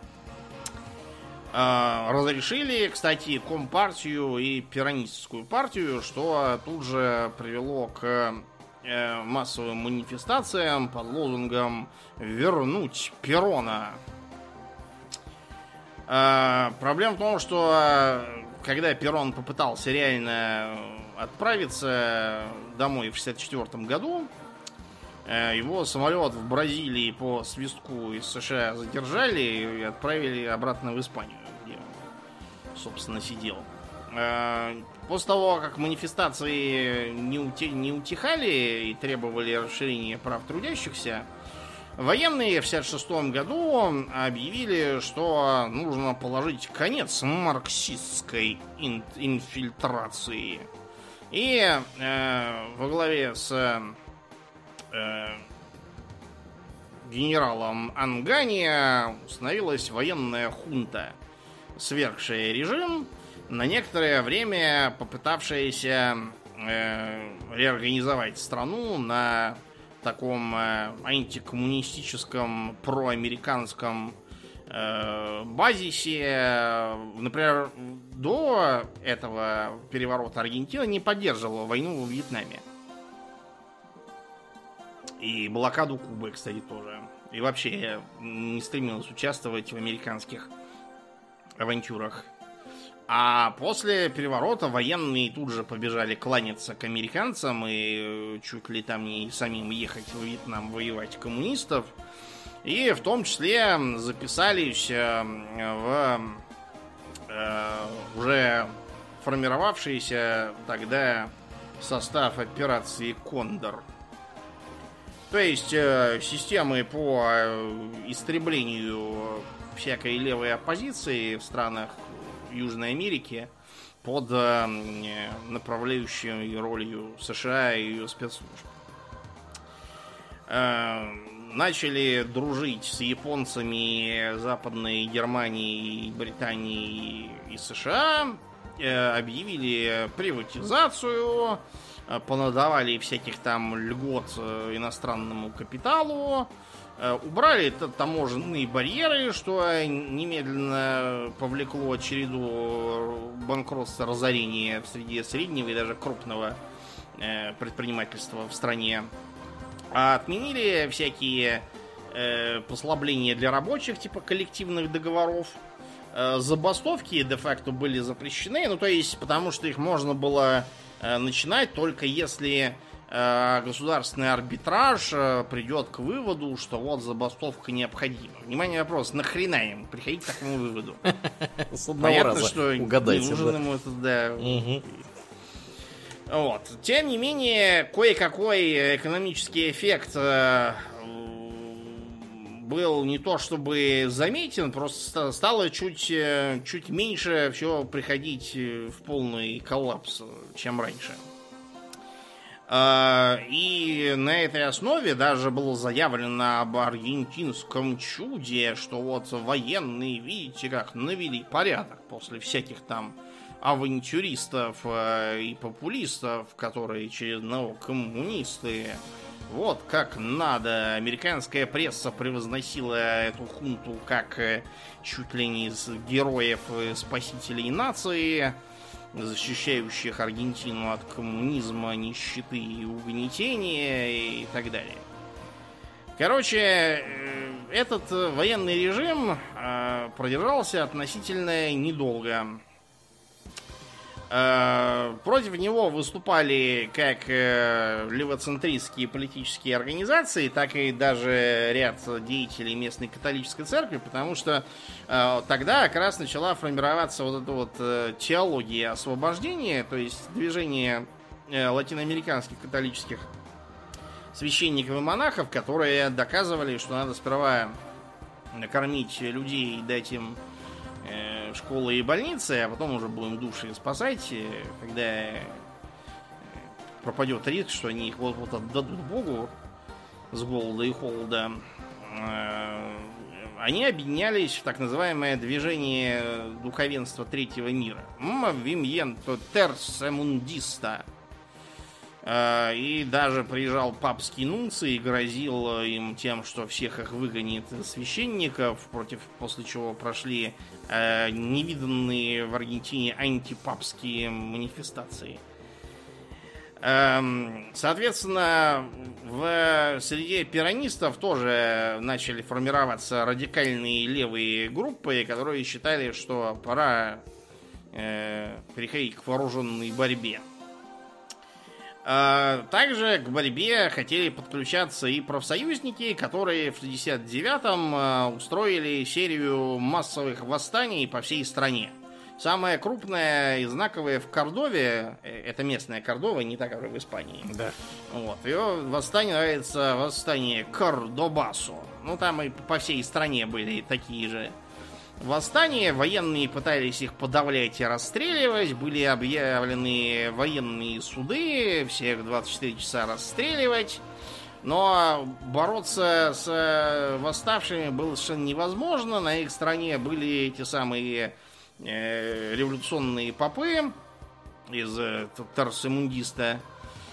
Разрешили, кстати, Компартию и Пиранистскую партию, что тут же привело к массовым манифестациям под лозунгом «Вернуть Перона». Uh, проблема в том, что uh, когда Перон попытался реально отправиться домой в шестьдесят четвёртом году, uh, его самолет в Бразилии по свистку из США задержали и отправили обратно в Испанию, где он, собственно, сидел. Uh, после того, как манифестации не, ути- не утихали и требовали расширения прав трудящихся, военные в шестьдесят шестом году объявили, что нужно положить конец марксистской ин- инфильтрации. И э, во главе с э, генералом Ангани установилась военная хунта, свергшая режим, на некоторое время попытавшаяся э, реорганизовать страну на таком э, антикоммунистическом, проамериканском э, базисе. Например, до этого переворота Аргентина не поддерживала войну во Вьетнаме. И блокаду Кубы, кстати, тоже. И вообще не стремилась участвовать в американских авантюрах. А после переворота военные тут же побежали кланяться к американцам и чуть ли там не самим ехать в Вьетнам воевать коммунистов. И в том числе записались в э, уже формировавшийся тогда состав операции «Кондор». То есть э, системы по истреблению всякой левой оппозиции в странах Южной Америки под э, направляющей ролью США и ее спецслужб. Э, начали дружить с японцами Западной Германии, Британии и США. Э, объявили приватизацию. понадавали всяких там льгот иностранному капиталу, убрали таможенные барьеры, что немедленно повлекло череду банкротства, разорения среди среднего и даже крупного предпринимательства в стране. А отменили всякие послабления для рабочих, типа коллективных договоров. Забастовки де-факто были запрещены, ну то есть потому что их можно было начинать только если государственный арбитраж придет к выводу, что вот забастовка необходима. Внимание, вопрос, нахрена им приходить к такому выводу? С одного Понятно, раза что угадайте, не нужен да. ему этот, да. Угу. Вот. Тем не менее, кое-какой экономический эффект был не то чтобы заметен, просто стало чуть, чуть меньше все приходить в полный коллапс, чем раньше. И на этой основе даже было заявлено об аргентинском чуде, что вот военные, видите, как навели порядок после всяких там авантюристов и популистов, которые через одного коммунисты. Вот как надо. Американская пресса превозносила эту хунту как чуть ли не из героев спасителей нации, защищающих Аргентину от коммунизма, нищеты и угнетения и так далее. Короче, этот военный режим продержался относительно недолго. Против него выступали как левоцентристские политические организации, так и даже ряд деятелей местной католической церкви, потому что тогда как раз начала формироваться вот эта вот теология освобождения, то есть движение латиноамериканских католических священников и монахов, которые доказывали, что надо сперва накормить людей и дать им школы и больницы, а потом уже будем души спасать, когда пропадет риск, что они их вот-вот отдадут Богу с голода и холода. Они объединялись в так называемое движение духовенства третьего мира. Movimiento Tercermundista. И даже приезжал папский нунций и грозил им тем, что всех их выгонит священников, против, после чего прошли э, невиданные в Аргентине антипапские манифестации. Эм, соответственно, в среде пиранистов тоже начали формироваться радикальные левые группы, которые считали, что пора э, переходить к вооруженной борьбе. Также к борьбе хотели подключаться и профсоюзники, которые в шестьдесят девятом устроили серию массовых восстаний по всей стране. Самое крупное и знаковое в Кордове, это местная Кордова, не та, которая в Испании. Да. Вот. Ее восстание называется восстание Кордобасо. Ну, там и по всей стране были такие же восстания. Военные пытались их подавлять и расстреливать. Были объявлены военные суды. Всех двадцать четыре часа расстреливать. Но бороться с восставшими было совершенно невозможно. На их стороне были эти самые э, революционные попы из э, Терцемундиста.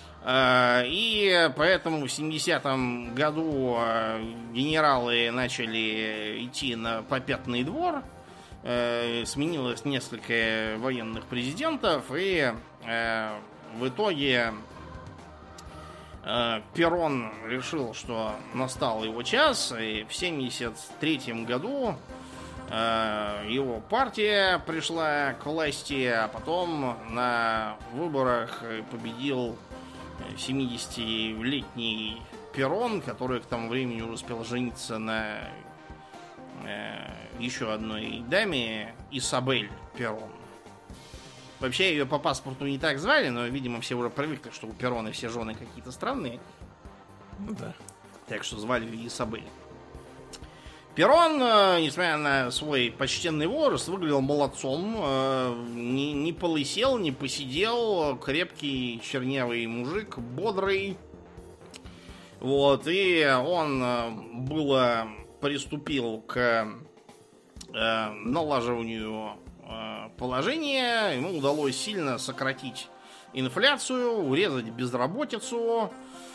И поэтому в семидесятом году генералы начали идти на попятный двор. Сменилось несколько военных президентов. И в итоге Перон решил, что настал его час. И в семьдесят третьем году его партия пришла к власти. А потом на выборах победил семидесятилетний Перон, который к тому времени уже успел жениться на э, еще одной даме, Исабель Перон. Вообще ее по паспорту не так звали, но, видимо, все уже привыкли, что у Перона все жены какие-то странные. Ну да. Так что звали ее Исабель. Перон, несмотря на свой почтенный возраст, выглядел молодцом. Не, не полысел, не посидел. Крепкий, чернявый мужик, бодрый. Вот, и он было приступил к налаживанию положения. Ему удалось сильно сократить инфляцию, урезать безработицу,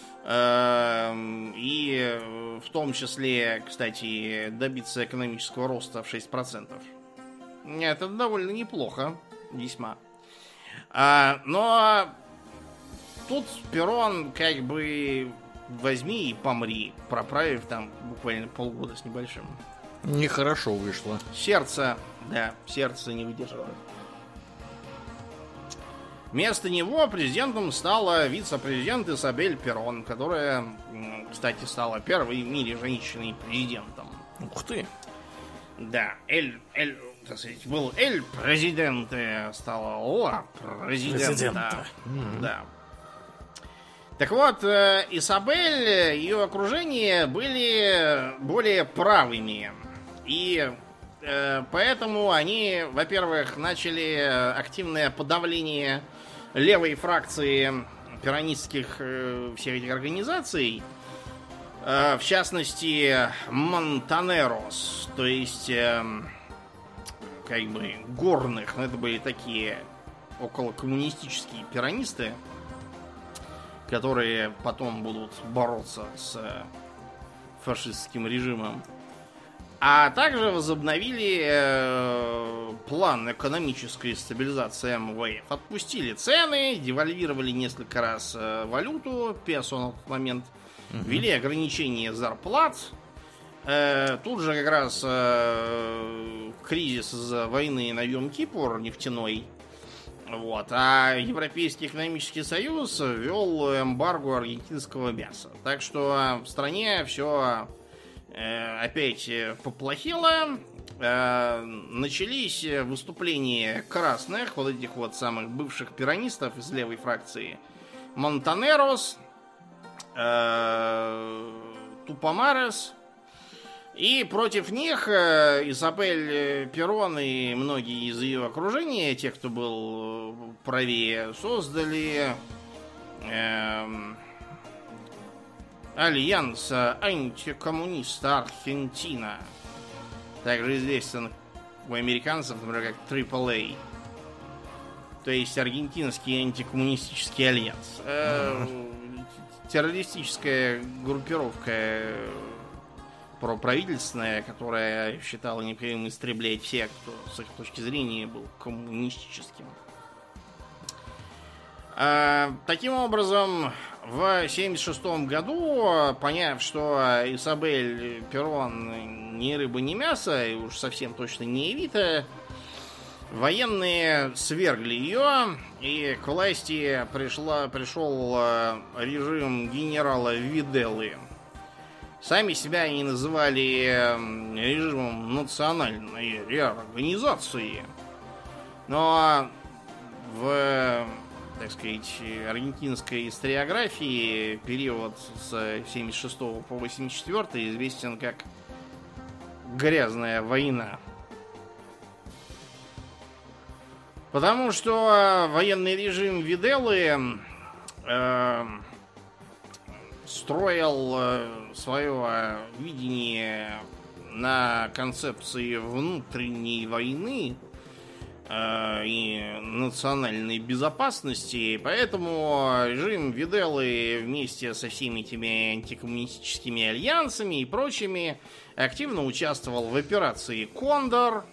э, и в том числе, кстати, добиться экономического роста в шесть процентов. Это довольно неплохо, весьма. А, но тут Перрон как бы возьми и помри, проправив там буквально полгода с небольшим. Нехорошо вышло. Сердце, да, сердце не выдержало. Вместо него президентом стала вице-президент Изабель Перрон, которая, кстати, стала первой в мире женщиной-президентом. Ух ты! Да, Эль, Эль, так сказать, был Эль президент, стала О президента. Президента. Mm-hmm. Да. Так вот, Изабель, ее окружение были более правыми. И э, поэтому они, во-первых, начали активное подавление левой фракции перонистских э, всех этих организаций. Э, в частности, Монтанерос, то есть э, как бы горных, но это были такие околокоммунистические перонисты, которые потом будут бороться с фашистским режимом. А также возобновили э, план экономической стабилизации эм вэ эф. Отпустили цены, девальвировали несколько раз э, валюту, песо на тот момент, угу. Ввели ограничения зарплат. Э, тут же как раз э, кризис из-за войны на Йом-Кипур нефтяной. Вот. А Европейский экономический союз ввел эмбарго аргентинского мяса. Так что в стране все э, опять поплохело. Э, начались выступления красных, вот этих вот самых бывших перонистов из левой фракции. Монтанерос, э, Тупомарес. И против них Изабель Перрон и многие из ее окружения, те, кто был правее, создали э, Альянс антикоммуниста Аргентина. Также известен у американцев, например, как трипл эй. То есть Аргентинский антикоммунистический альянс. Э, террористическая группировка проправительственная, которая считала необходимым истреблять всех, кто с их точки зрения был коммунистическим. А, таким образом, в семьдесят шестом году, поняв, что Изабель Перрон ни рыба, ни мясо, и уж совсем точно не Эвита, военные свергли ее, и к власти пришла, пришел режим генерала Виделлы. Сами себя они называли режимом национальной реорганизации. Но в, так сказать, аргентинской историографии период с семьдесят шестого по восемьдесят четвёртый известен как грязная война. Потому что военный режим Виделлы э, строил свое видение на концепции внутренней войны э, и национальной безопасности. Поэтому режим Виделлы вместе со всеми этими антикоммунистическими альянсами и прочими активно участвовал в операции «Кондор».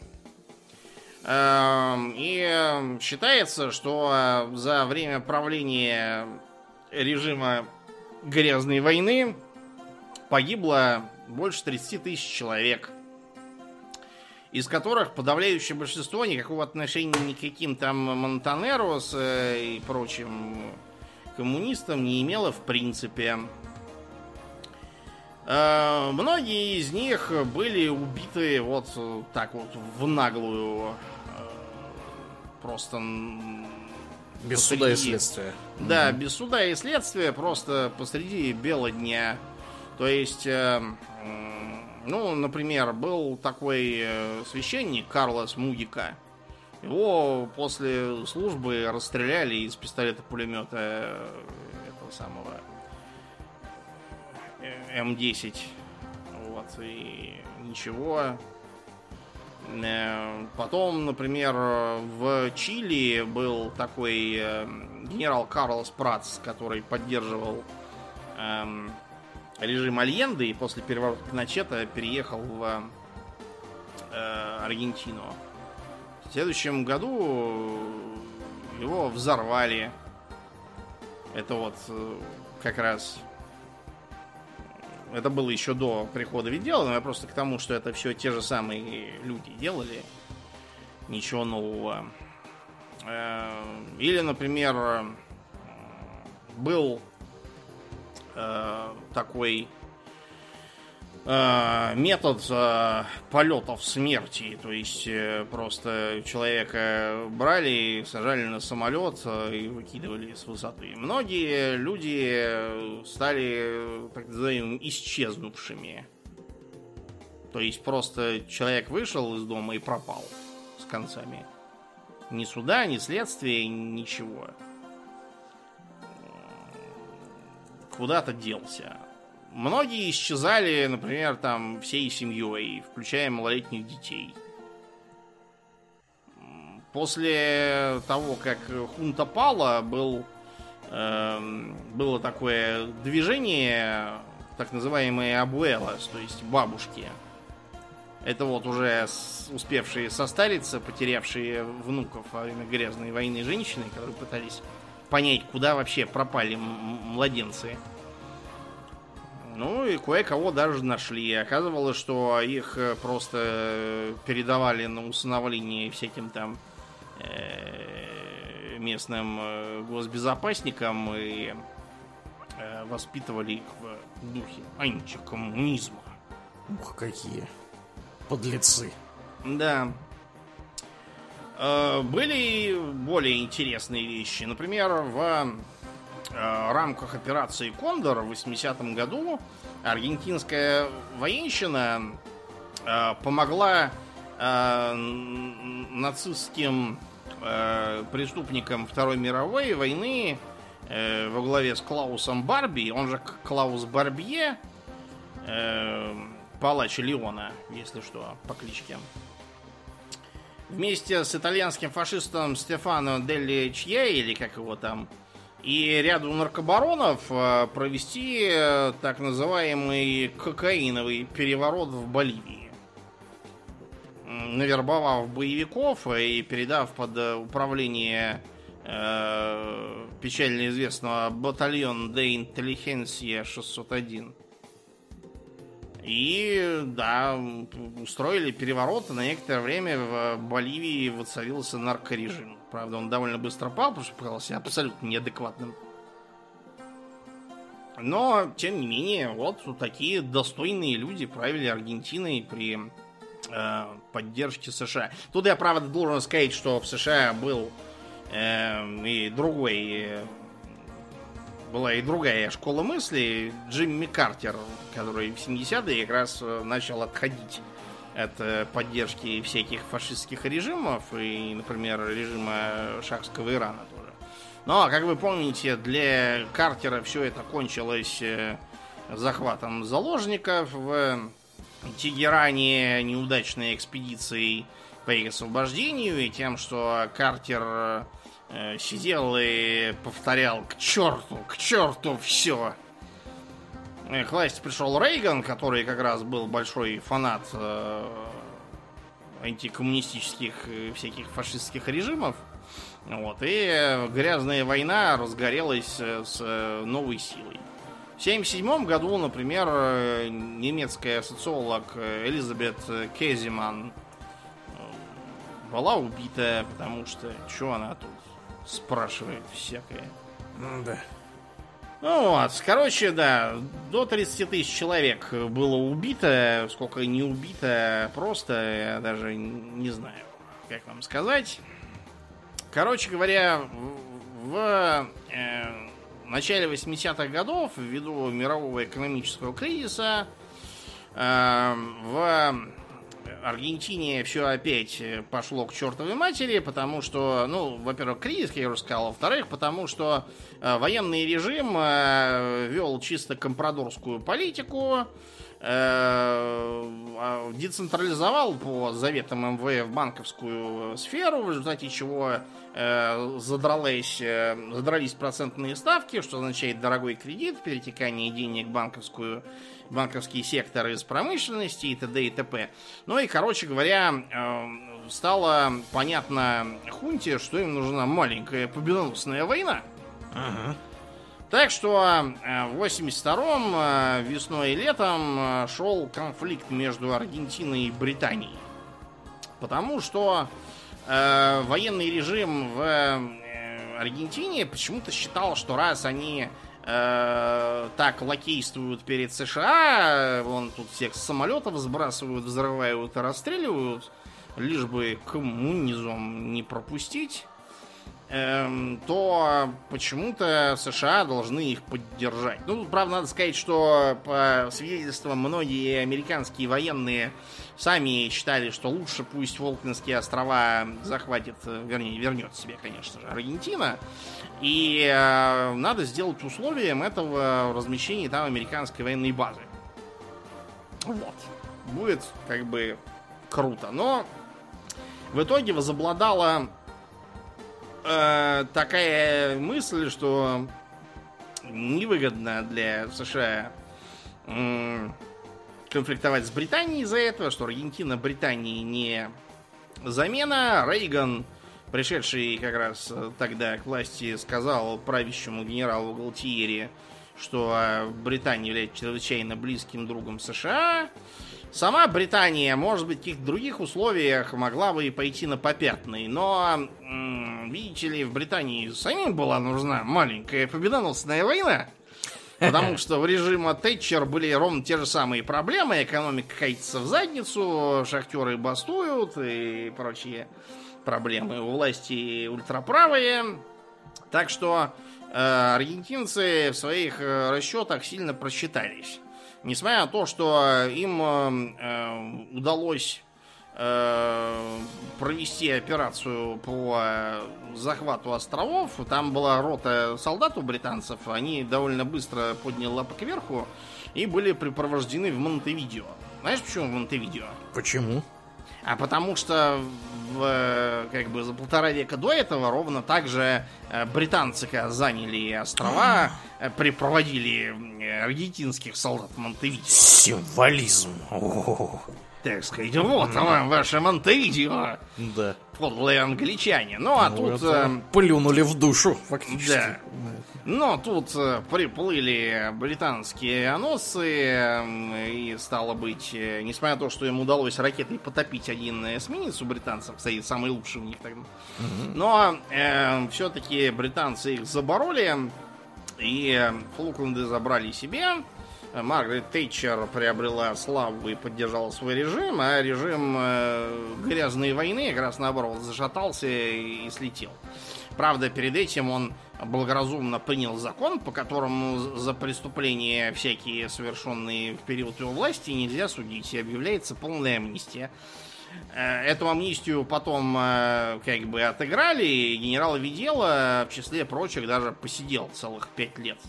Э, и считается, что за время правления режима грязной войны погибло больше тридцати тысяч человек, из которых подавляющее большинство никакого отношения ни к каким там Монтанерос и прочим коммунистам не имело в принципе. Многие из них были убиты вот так вот в наглую, просто без посреди... суда и следствия. Да, угу. без суда и следствия, просто посреди бела дня. То есть, э, ну, например, был такой э, священник Карлос Мудика. Его после службы расстреляли из пистолета-пулемета э, этого самого эм десять. Вот, и ничего. Потом, например, в Чили был такой генерал Карлос Пратс, который поддерживал эм, режим Альенде и после переворота Пиночета переехал в э, Аргентину. В следующем году его взорвали. Это вот как раз... Это было еще до прихода Видела, но я просто к тому, что это все те же самые люди делали. Ничего нового. Или, например, был такой метод полетов смерти. То есть просто человека брали, сажали на самолет и выкидывали с высоты. Многие люди стали, так называемыми, исчезнувшими. То есть просто человек вышел из дома и пропал с концами. Ни суда, ни следствия, ничего. Куда-то делся. Многие исчезали, например, там всей семьей, включая малолетних детей. После того, как хунта пала, был, э, было такое движение, так называемые абуэлос, то есть бабушки. Это вот уже успевшие состариться, потерявшие внуков во время грязной войны женщины, которые пытались понять, куда вообще пропали младенцы. Ну и кое-кого даже нашли. Оказывалось, что их просто передавали на усыновление всяким там э, местным госбезопасникам и э, воспитывали их в духе антикоммунизма. Ух, какие подлецы. Да. Э, были более интересные вещи. Например, в В рамках операции «Кондор» в восьмидесятом году аргентинская военщина э, помогла э, нацистским э, преступникам Второй мировой войны э, во главе с Клаусом Барби, он же Клаус Барбье, э, палач Леона, если что, по кличке. Вместе с итальянским фашистом Стефано Делли Чья, или как его там, и ряду наркобаронов провести так называемый кокаиновый переворот в Боливии, навербовав боевиков и передав под управление э, печально известного батальона де Интеллигенсия шестьсот один. И, да, устроили переворот, и на некоторое время в Боливии воцарился наркорежим. Правда, он довольно быстро пал, потому что показался абсолютно неадекватным. Но, тем не менее, вот такие достойные люди правили Аргентиной при э, поддержке США. Тут я, правда, должен сказать, что в США был э, и другой... Э, была и другая школа мысли. Джимми Картер, который в семидесятые как раз начал отходить от поддержки всяких фашистских режимов и, например, режима шахского Ирана тоже. Но, как вы помните, для Картера все это кончилось захватом заложников в Тегеране, неудачной экспедицией по их освобождению и тем, что Картер сидел и повторял: к черту, к черту все. К власти пришел Рейган, который как раз был большой фанат э, антикоммунистических э, всяких фашистских режимов. Вот, и грязная война разгорелась с новой силой. В семьдесят седьмом году, например, немецкая социолог Элизабет Кеземан была убита, потому что что она тут спрашивает всякое. Да. Ну вот, короче, да, до тридцати тысяч человек было убито. Сколько не убито, просто я даже не знаю, как вам сказать. Короче говоря, в, в э, начале восьмидесятых годов, ввиду мирового экономического кризиса, э, в Аргентине все опять пошло к чертовой матери, потому что, ну, во-первых, кризис, как я уже сказал, во-вторых, потому что э, военный режим э, вел чисто компрадорскую политику, э, э, децентрализовал по заветам эм вэ эф банковскую сферу, в результате чего э, задралась, э, задрались процентные ставки, что означает дорогой кредит, перетекание денег в банковскую, банковский сектор из промышленности и т.д. и т.п. Ну и, короче говоря, э, стало понятно хунте, что им нужна маленькая победоносная война. Ага. Так что в восемьдесят втором весной и летом шел конфликт между Аргентиной и Британией. Потому что э, военный режим в э, Аргентине почему-то считал, что раз они э, так лакействуют перед США, вон тут всех с самолетов сбрасывают, взрывают и расстреливают, лишь бы коммунизм не пропустить, то почему-то США должны их поддержать. Ну, правда, надо сказать, что по свидетельствам многие американские военные сами считали, что лучше пусть Фолклендские острова захватит, вернее, вернет себе, конечно же, Аргентина. И э, надо сделать условием этого размещения там американской военной базы. Вот. Будет как бы круто. Но в итоге возобладала такая мысль, что невыгодно для США конфликтовать с Британией из-за этого, что Аргентина Британии не замена. Рейган, пришедший как раз тогда к власти, сказал правящему генералу Галтиери, что Британия является чрезвычайно близким другом США. Сама Британия, может быть, в каких-то других условиях могла бы и пойти на попятный, но, видите ли, в Британии самим была нужна маленькая победоносная война, потому что в режиме Тэтчер были ровно те же самые проблемы, экономика катится в задницу, шахтеры бастуют и прочие проблемы, у власти ультраправые, так что э, аргентинцы в своих расчетах сильно просчитались. Несмотря на то, что им э, удалось э, провести операцию по захвату островов, там была рота солдат у британцев, они довольно быстро подняли лапы кверху и были припровождены в Монтевидео. Знаешь, почему в Монтевидео? Почему? А потому что в, как бы за полтора века до этого ровно так же британцы, когда заняли острова, припроводили аргентинских солдат в Монтевидео. Символизм. О-о-о. Так сказать, вот вам ваше Монтевидео. Да. Подлые англичане. Ну, а ну, тут... Э, плюнули в душу, фактически. Да. Но тут э, приплыли британские авианосцы, э, и стало быть, э, несмотря на то, что им удалось ракетой потопить один эсминец у британцев, кстати, самый лучший у них тогда, угу. но э, все-таки британцы их забороли, и Фолкленды забрали себе. Маргарет Тэтчер приобрела славу и поддержала свой режим, а режим э, грязной войны как раз наоборот зашатался и, и слетел. Правда, перед этим он благоразумно принял закон, по которому за преступления всякие, совершенные в период его власти, нельзя судить, и объявляется полная амнистия. Эту амнистию потом как бы отыграли, и генерал Видела, в числе прочих, даже посидел целых пять лет.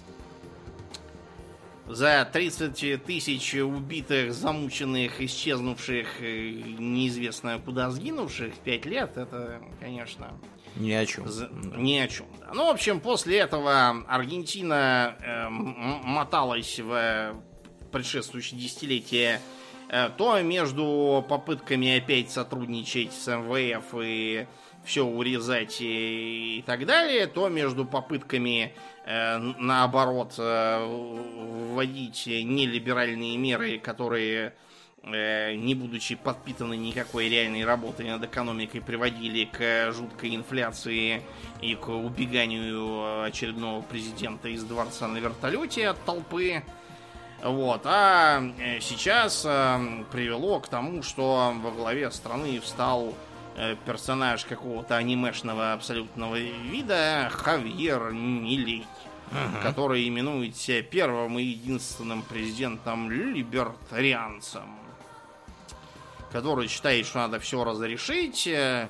За тридцать тысяч убитых, замученных, исчезнувших, неизвестно куда сгинувших, пять лет, это, конечно... Ни о чем. За... Ни о чем, да. Ну, в общем, после этого Аргентина э, моталась в предшествующие десятилетия э, то между попытками опять сотрудничать с эм вэ эф и все урезать и, и так далее, то между попытками э, наоборот э, вводить нелиберальные меры, которые, э, не будучи подпитаны никакой реальной работой над экономикой, приводили к жуткой инфляции и к убеганию очередного президента из дворца на вертолете от толпы. Вот. А сейчас э, привело к тому, что во главе страны встал персонаж какого-то анимешного абсолютного вида Хавьер Милей, uh-huh. который именует себя первым и единственным президентом-либертарианцем, который считает, что надо все разрешить,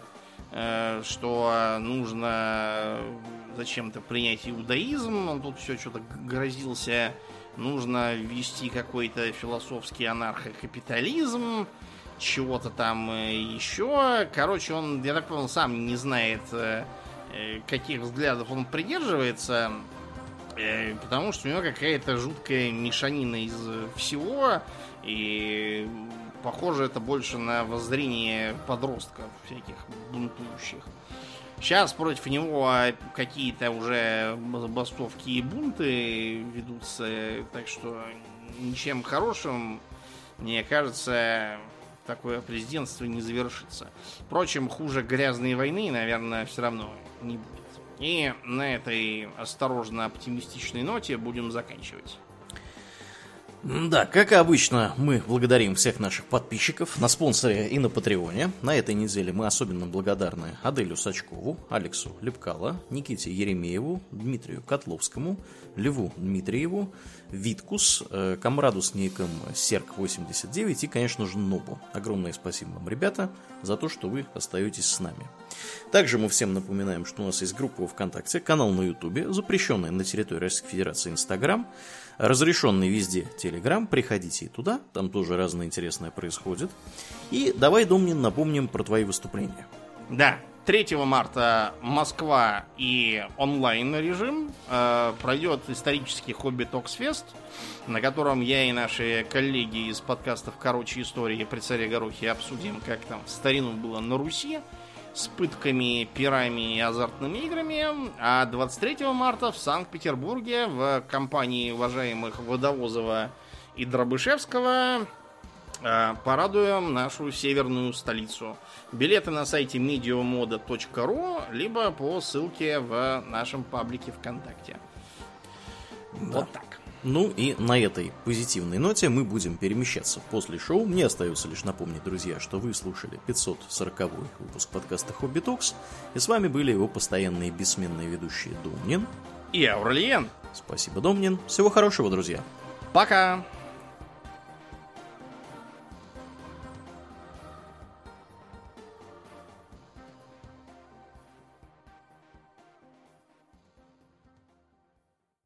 что нужно зачем-то принять иудаизм. Он тут все что-то грозился нужно ввести какой-то философский анархокапитализм, чего-то там еще. Короче, он, я так понял, сам не знает, каких взглядов он придерживается, потому что у него какая-то жуткая мешанина из всего, и похоже это больше на воззрение подростков всяких бунтующих. Сейчас против него какие-то уже забастовки и бунты ведутся, так что ничем хорошим, мне кажется, такое президентство не завершится. Впрочем, хуже грязной войны, наверное, все равно не будет. И на этой осторожно оптимистичной ноте будем заканчивать. Да, как и обычно, мы благодарим всех наших подписчиков на спонсоре и на Патреоне. На этой неделе мы особенно благодарны Аделю Сачкову, Алексу Лепкало, Никите Еремееву, Дмитрию Котловскому, Льву Дмитриеву, Виткус, комраду с ником Серк восемьдесят девять и, конечно же, Нобу. Огромное спасибо вам, ребята, за то, что вы остаетесь с нами. Также мы всем напоминаем, что у нас есть группа ВКонтакте, канал на Ютубе, запрещенный на территории Российской Федерации Инстаграм, разрешенный везде Телеграм. Приходите и туда, там тоже разное интересное происходит. И давай, Домнин, напомним про твои выступления. Да, третьего марта Москва и онлайн-режим. Э, пройдет исторический Хобби Токс Фест, на котором я и наши коллеги из подкастов «Короче истории» при царе Горохе обсудим, как там в старину было на Руси, с пытками, пирами и азартными играми. А двадцать третьего марта в Санкт-Петербурге в компании уважаемых Водовозова и Дробышевского э, порадуем нашу северную столицу. Билеты на сайте медиамода точка ру, либо по ссылке в нашем паблике ВКонтакте. Да. Вот так. Ну и на этой позитивной ноте мы будем перемещаться после шоу. Мне остается лишь напомнить, друзья, что вы слушали пятьсот сороковой выпуск подкаста Хобби Токс, и с вами были его постоянные бессменные ведущие Домнин и Аурлиен. Спасибо, Домнин. Всего хорошего, друзья. Пока!